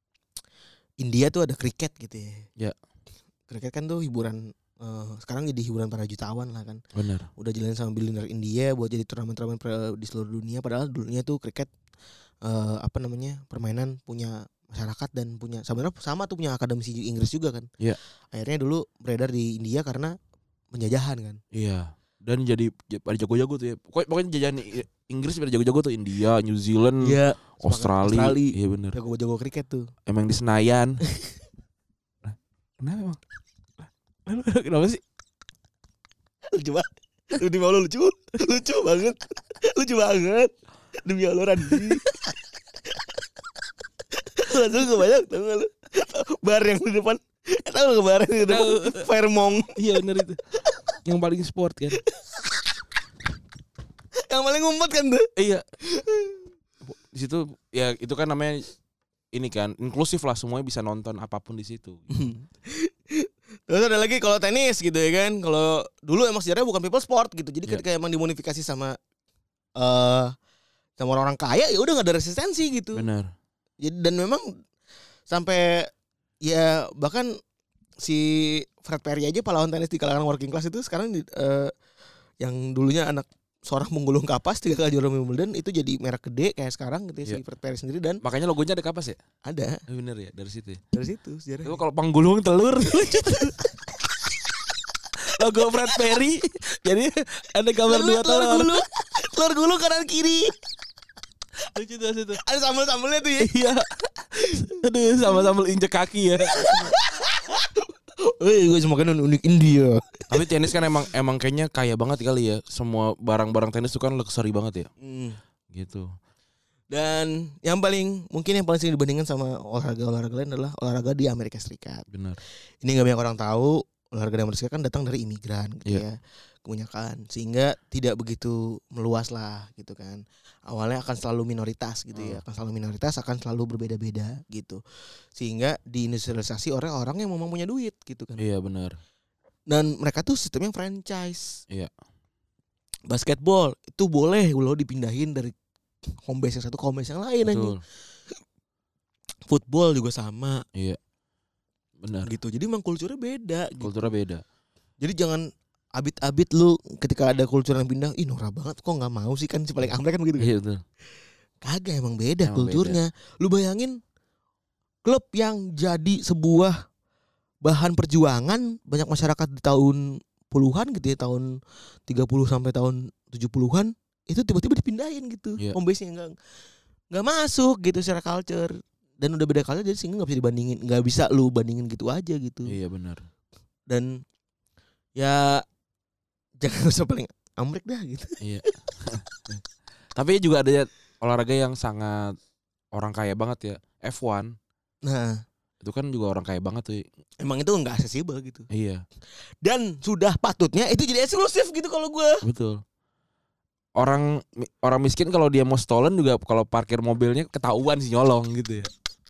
India tuh ada kriket gitu ya. Iya. Kriket kan tuh hiburan uh, sekarang jadi hiburan para jutawan lah kan. Benar. Udah jalan sama billionaire India buat jadi turnamen-turnamen di seluruh dunia. Padahal dulunya tuh kriket uh, apa namanya permainan punya masyarakat dan punya sebenarnya sama tuh punya akademisi Inggris juga kan. Iya. Akhirnya dulu beredar di India karena penjajahan kan. Iya. Dan jadi pada jago-jago tuh ya. Pokoknya jajahan Inggris pada jago-jago tuh India, New Zealand, Iya. Australia. Australia. Iya benar. Jago-jago kriket tuh. Emang di Senayan. Nah, kenapa emang? Lalu kenapa sih? Lucu banget. Lu di lu lucu. Lucu banget. Lucu banget. Demi Allah Randy. Langsung kebanyak tau gak lu? Bar yang di depan. Tau gak bar yang di depan? Fairmont. Iya benar itu. Yang paling sport kan. Yang paling ngumpet kan tuh. Iya. Di situ ya itu kan namanya ini kan inklusif lah, semuanya bisa nonton apapun di situ. Terus ada lagi kalau tenis gitu ya kan. Kalau dulu emang sejarahnya bukan people sport gitu. Jadi ketika emang dimodifikasi sama eh uh, sama orang-orang kaya ya udah enggak ada resistensi gitu. Benar. Jadi dan memang sampai ya bahkan si Fred Perry aja pahlawan tenis di kalangan working class itu sekarang uh, yang dulunya anak seorang penggulung kapas tiga kali juara Wimbledon itu jadi merek gede kayak sekarang gitu ya, si Iya. Fred Perry sendiri dan Makanya logonya ada kapas ya? ada Eh, bener ya dari situ. Ya. dari situ sejarah. Itu kalau penggulung telur. Logo Fred Perry. Jadi ada gambar dua telur. gulung, telur gulung kanan kiri. Lucu tuh situ. Ada sambal-sambalnya tuh ya. Iya. Aduh, sama-sama injek kaki ya. Wih, gue semakin unik India. Tapi tenis kan emang emang kayaknya kaya banget kali ya. Semua barang-barang tenis itu kan luxury banget ya. Hmm. Gitu. Dan yang paling mungkin yang paling sering dibandingkan sama olahraga-olahraga lain adalah olahraga di Amerika Serikat. Benar. Ini nggak banyak orang tahu, olahraga di Amerika Serikat kan datang dari imigran gitu Iya. ya, kebanyakan, sehingga tidak begitu meluas lah gitu kan. Awalnya akan selalu minoritas gitu ya, akan selalu minoritas, akan selalu berbeda-beda gitu, sehingga diindustrialisasi orang-orang yang memang punya duit gitu kan. Iya benar. Dan mereka tuh sistemnya franchise. Iya. Basketball itu boleh lo dipindahin dari home base yang satu ke home base yang lain aja. Betul. Football juga sama Iya. Benar. gitu. Jadi memang kulturnya beda gitu. Kulturnya beda. Jadi jangan abit-abit lu ketika ada kultur yang pindah, ih norak banget kok nggak mau sih, kan si paling amrek kan begitu. Iya betul. Kagak, emang beda Emang kulturnya. Lu bayangin klub yang jadi sebuah bahan perjuangan banyak masyarakat di tahun puluhan gitu ya, tahun tiga puluh sampai tahun tujuh puluhan itu tiba-tiba dipindahin gitu. Iya. Home base-nya enggak enggak masuk gitu secara culture. Dan udah beda culture jadi sehingga enggak bisa dibandingin, enggak bisa lu bandingin gitu aja gitu. Iya benar. Dan ya jangan usah paling amrek dah gitu. Iya. Tapi juga ada olahraga yang sangat orang kaya banget ya, F satu. Nah, Itu kan juga orang kaya banget tuh. emang itu enggak aksesibel gitu. Iya, Dan sudah patutnya itu jadi eksklusif gitu kalau gue. betul. Orang orang miskin kalau dia mau stolen juga kalau parkir mobilnya ketahuan sih nyolong gitu ya.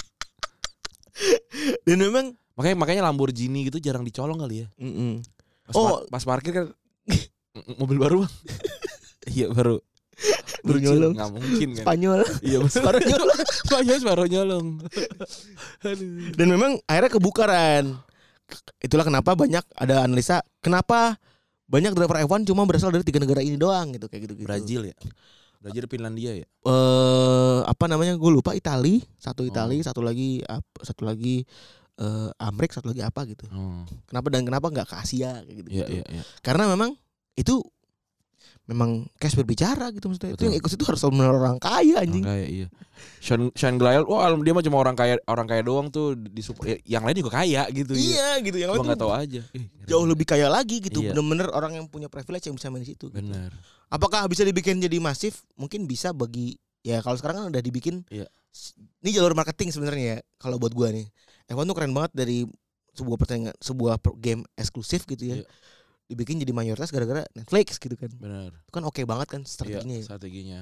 Dan memang Makanya makanya Lamborghini gitu jarang dicolong kali ya. mm-mm. Pas, Oh. par- pas parkir kan mobil baru bang. Iya baru. Baru Lucu, nyolong. nggak mungkin kan. Spanyol. Iya betul. Baru nyolong. Spanyol baru nyolong. Aduh. Dan memang akhirnya kebukaran. Itulah kenapa banyak ada analisa kenapa banyak driver F satu cuma berasal dari tiga negara ini doang gitu, kayak gitu-gitu. Brazil ya. Brazil Finlandia ya. Eh apa namanya gue lupa, Itali, satu Itali, Oh. satu lagi apa satu lagi eh Amerika, satu lagi apa gitu. Oh. Kenapa dan kenapa nggak ke Asia kayak gitu. Iya iya iya. Karena memang itu memang cash berbicara gitu maksudnya. Itu Betul. yang ikut itu harus benar orang kaya anjing. Orang kaya iya. Sean Sean Glyle, wah dia mah cuma orang kaya orang kaya doang tuh di support. Yang lain juga kaya gitu. Iya gitu, yang Cuma lain nggak tuh tahu aja. Ih, keren. jauh lebih kaya lagi gitu. Iya. Bener-bener orang yang punya privilege yang bisa main di situ. Benar. Apakah bisa dibikin jadi masif? Mungkin bisa bagi, ya kalau sekarang kan udah dibikin. Iya. Ini jalur marketing sebenarnya ya kalau buat gua nih. F satu tuh keren banget dari sebuah pertandingan, sebuah game eksklusif gitu ya. Iya. Dibikin jadi mayoritas gara-gara Netflix gitu kan. Benar. Itu kan oke banget kan strateginya. Iya, ya. strateginya.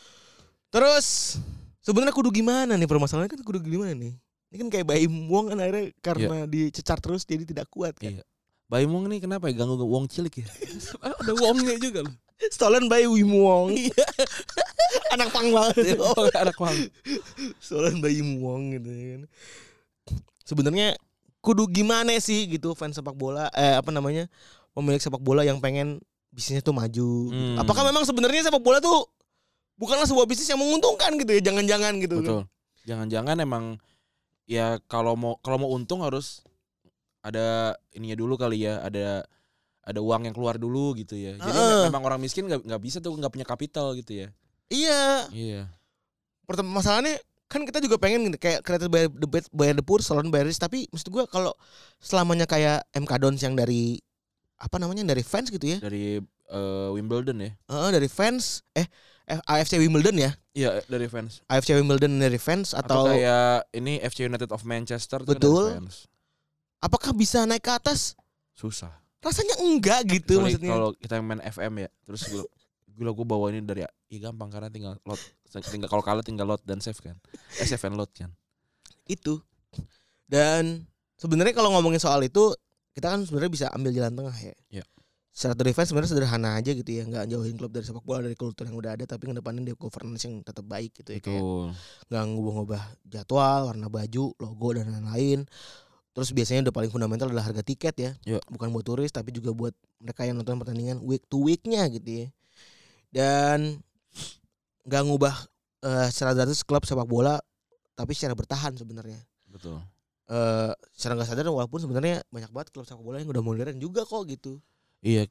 Terus sebenarnya kudu gimana nih permasalahannya, kan kudu gimana nih? Ini kan kayak Baim Wong kan akhirnya karena dicecar terus jadi tidak kuat kan. Iya. Bayi Wong nih kenapa ya ganggu Wong cilik ya? Ada Wongnya juga loh. Stolen by Wim Wong. Iya. Anak pang banget. ya. Oh, anak Wong. Stolen by Wim Wong gitu ya kan. Sebenarnya kudu gimana sih gitu fans sepak bola, eh apa namanya? Pemilik sepak bola yang pengen bisnisnya tuh maju. Hmm. Apakah memang sebenarnya sepak bola tuh bukanlah sebuah bisnis yang menguntungkan gitu ya? Jangan-jangan gitu. Betul. Jangan-jangan emang ya kalau mau kalau mau untung harus ada ininya dulu kali ya, ada ada uang yang keluar dulu gitu ya. Jadi Uh-uh. memang orang miskin nggak nggak bisa tuh nggak punya kapital gitu ya. Iya. Iya. Pertama masalahnya kan kita juga pengen gitu, kayak created by the best, by the poor, stolen by the rich. Tapi maksud gue kalau selamanya kayak M K Dons yang dari apa namanya dari fans gitu ya? Dari eh, Wimbledon ya. Heeh, dari fans. Eh, A F C Wimbledon ya? Iya dari fans. A F C Wimbledon dari fans Atau, atau, kayak ini F C United of Manchester tuh kan Betul. dari fans. apakah bisa naik ke atas? Susah. Rasanya enggak gitu Kecuali maksudnya. kalau kita main F M ya, terus gue gue gue bawa ini dari ya gampang karena tinggal load, tinggal kalau kalah tinggal load dan save kan, eh, save and load kan. Itu. Dan sebenarnya kalau ngomongin soal itu, kita kan sebenarnya bisa ambil jalan tengah ya. Iya. Secara defense sebenarnya sederhana aja gitu ya, nggak jauhin klub dari sepak bola, dari kultur yang udah ada, tapi ngedepanin dia governance yang tetap baik gitu ya, kayak Betul. nggak ngubah-ngubah jadwal, warna baju, logo dan lain-lain. Terus biasanya udah paling fundamental adalah harga tiket ya, Iya. bukan buat turis tapi juga buat mereka yang nonton pertandingan week to weeknya gitu ya. dan nggak ngubah uh, secara drastis klub sepak bola, tapi secara bertahan sebenarnya. Betul. Uh, secara nggak sadar walaupun sebenarnya banyak banget klub sepak bola yang udah modern juga kok gitu. Iya,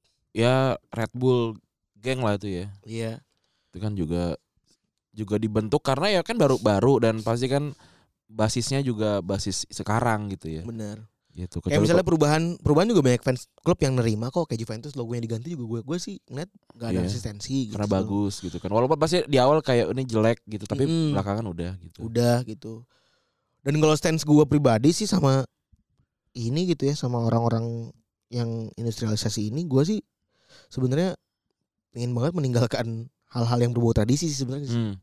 ya Red Bull geng lah itu ya. Iya. Itu kan juga juga dibentuk karena ya kan baru-baru dan pasti kan basisnya juga basis sekarang gitu ya. Benar. Gitu. Kayak misalnya perubahan perubahan juga banyak fans klub yang nerima kok, kayak Juventus logonya diganti juga gue gue sih ngeliat nggak ada iya, resistensi. Karena gitu. bagus gitu kan. Walaupun pasti di awal kayak ini jelek gitu, tapi mm-hmm. belakangan udah gitu. Udah gitu. Dan kalau stance gue pribadi sih sama ini gitu ya, sama orang-orang yang industrialisasi ini, gue sih sebenarnya pengen banget meninggalkan hal-hal yang berbau tradisi sih sebenarnya. Hmm.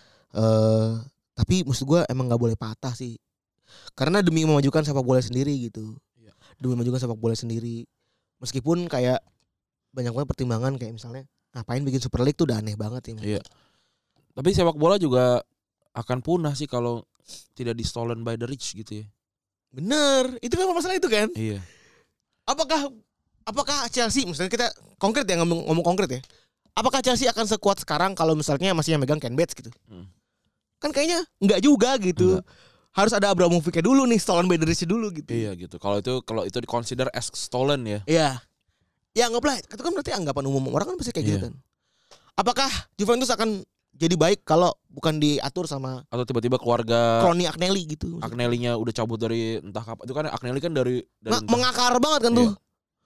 Uh, tapi maksud gue emang nggak boleh patah sih. Karena demi memajukan sepak bola sendiri gitu. Iya. Demi memajukan sepak bola sendiri. Meskipun kayak banyak banget pertimbangan kayak misalnya ngapain bikin Super League tuh udah aneh banget ya. Iya. Tapi sepak bola juga akan punah sih kalau tidak di stolen by the rich gitu ya. Bener. Itu memang masalah itu kan. Iya. Apakah apakah Chelsea misalnya kita konkret ya ngomong, ngomong konkret ya. Apakah Chelsea akan sekuat sekarang kalau misalnya masih yang megang Ken Bates gitu? Hmm. Kan kayaknya enggak juga gitu. Enggak. Harus ada Abramovich dulu nih, stolen by the rich dulu gitu. Iya gitu. Kalau itu kalau itu diconsider as stolen ya. Iya. Ya anggaplah itu kan berarti anggapan umum orang kan pasti kayak iya. gitu kan. Apakah Juventus akan jadi baik kalau bukan diatur sama atau tiba-tiba keluarga Crony Agnelli gitu. Agnelli-nya udah cabut dari entah kapan. Itu kan Agnelli kan dari, dari Ma- mengakar banget kan iya. tuh.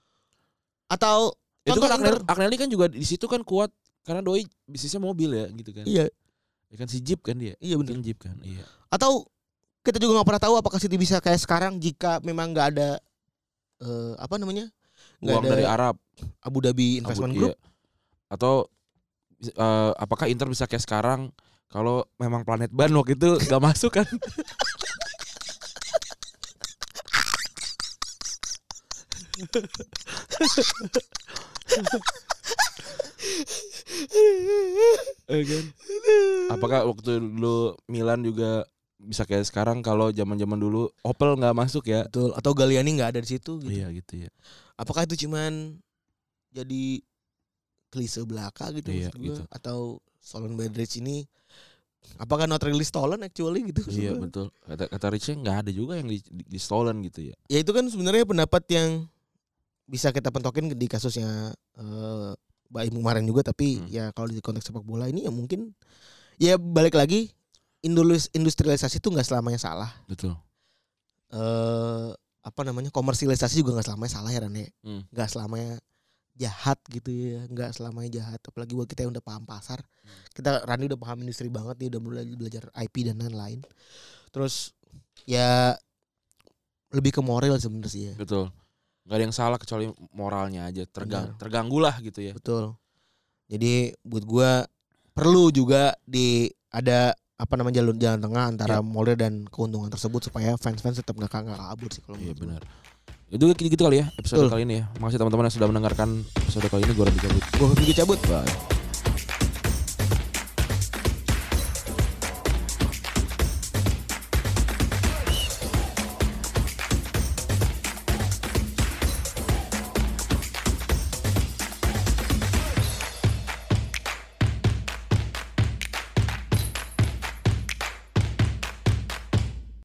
Atau itu kan Agnelli, Agnelli kan juga di situ kan kuat karena doi bisnisnya mobil ya gitu kan. Iya. Ya kan si Jeep kan dia. Iya benar. Jeep kan. Iya. Atau kita juga nggak pernah tahu apakah City bisa kayak sekarang jika memang nggak ada uh, apa namanya uang dari Arab, Abu Dhabi Investment Abu, Group, iya. Atau uh, apakah Inter bisa kayak sekarang kalau memang Planet Ban waktu itu nggak masuk kan? Apakah waktu dulu Milan juga bisa kayak sekarang kalau zaman-zaman dulu Opel nggak masuk ya? Betul. Atau Galliani nggak ada di situ gitu. Iya gitu ya. Apakah itu cuman jadi klise belaka gitu, iya, gitu. gitu. Atau stolen by the rich ini apakah not really stolen actually gitu? Iya sebenernya. Betul. Kata kata Richnya nggak ada juga yang di, di, di stolen gitu ya. Ya itu kan sebenarnya pendapat yang bisa kita pentokin di kasusnya uh, Mbak Imu kemarin juga, tapi hmm. ya kalau di konteks sepak bola ini ya mungkin ya balik lagi. Industrialisasi itu nggak selamanya salah. Betul. Uh, apa namanya komersialisasi juga nggak selamanya salah ya Rane. Hmm. Nggak selamanya jahat gitu ya, nggak selamanya jahat. Apalagi buat kita yang udah paham pasar. Hmm. Kita Rani udah paham industri banget, dia udah mulai belajar I P dan lain-lain. Terus ya lebih ke moral sebenarnya sih ya. Betul. Nggak ada yang salah kecuali moralnya aja tergang, terganggu lah gitu ya. Betul. Jadi buat gue perlu juga di ada apa namanya jalur jalan tengah antara ya. Modal dan keuntungan tersebut supaya fans-fans tetap nggak nggak kabur sih kalau. Iya benar. Itu gitu kali ya episode Betul. Kali ini ya. Makasih teman-teman yang sudah mendengarkan episode kali ini. Gue Robi cabut. Gue Robi cabut. Bye.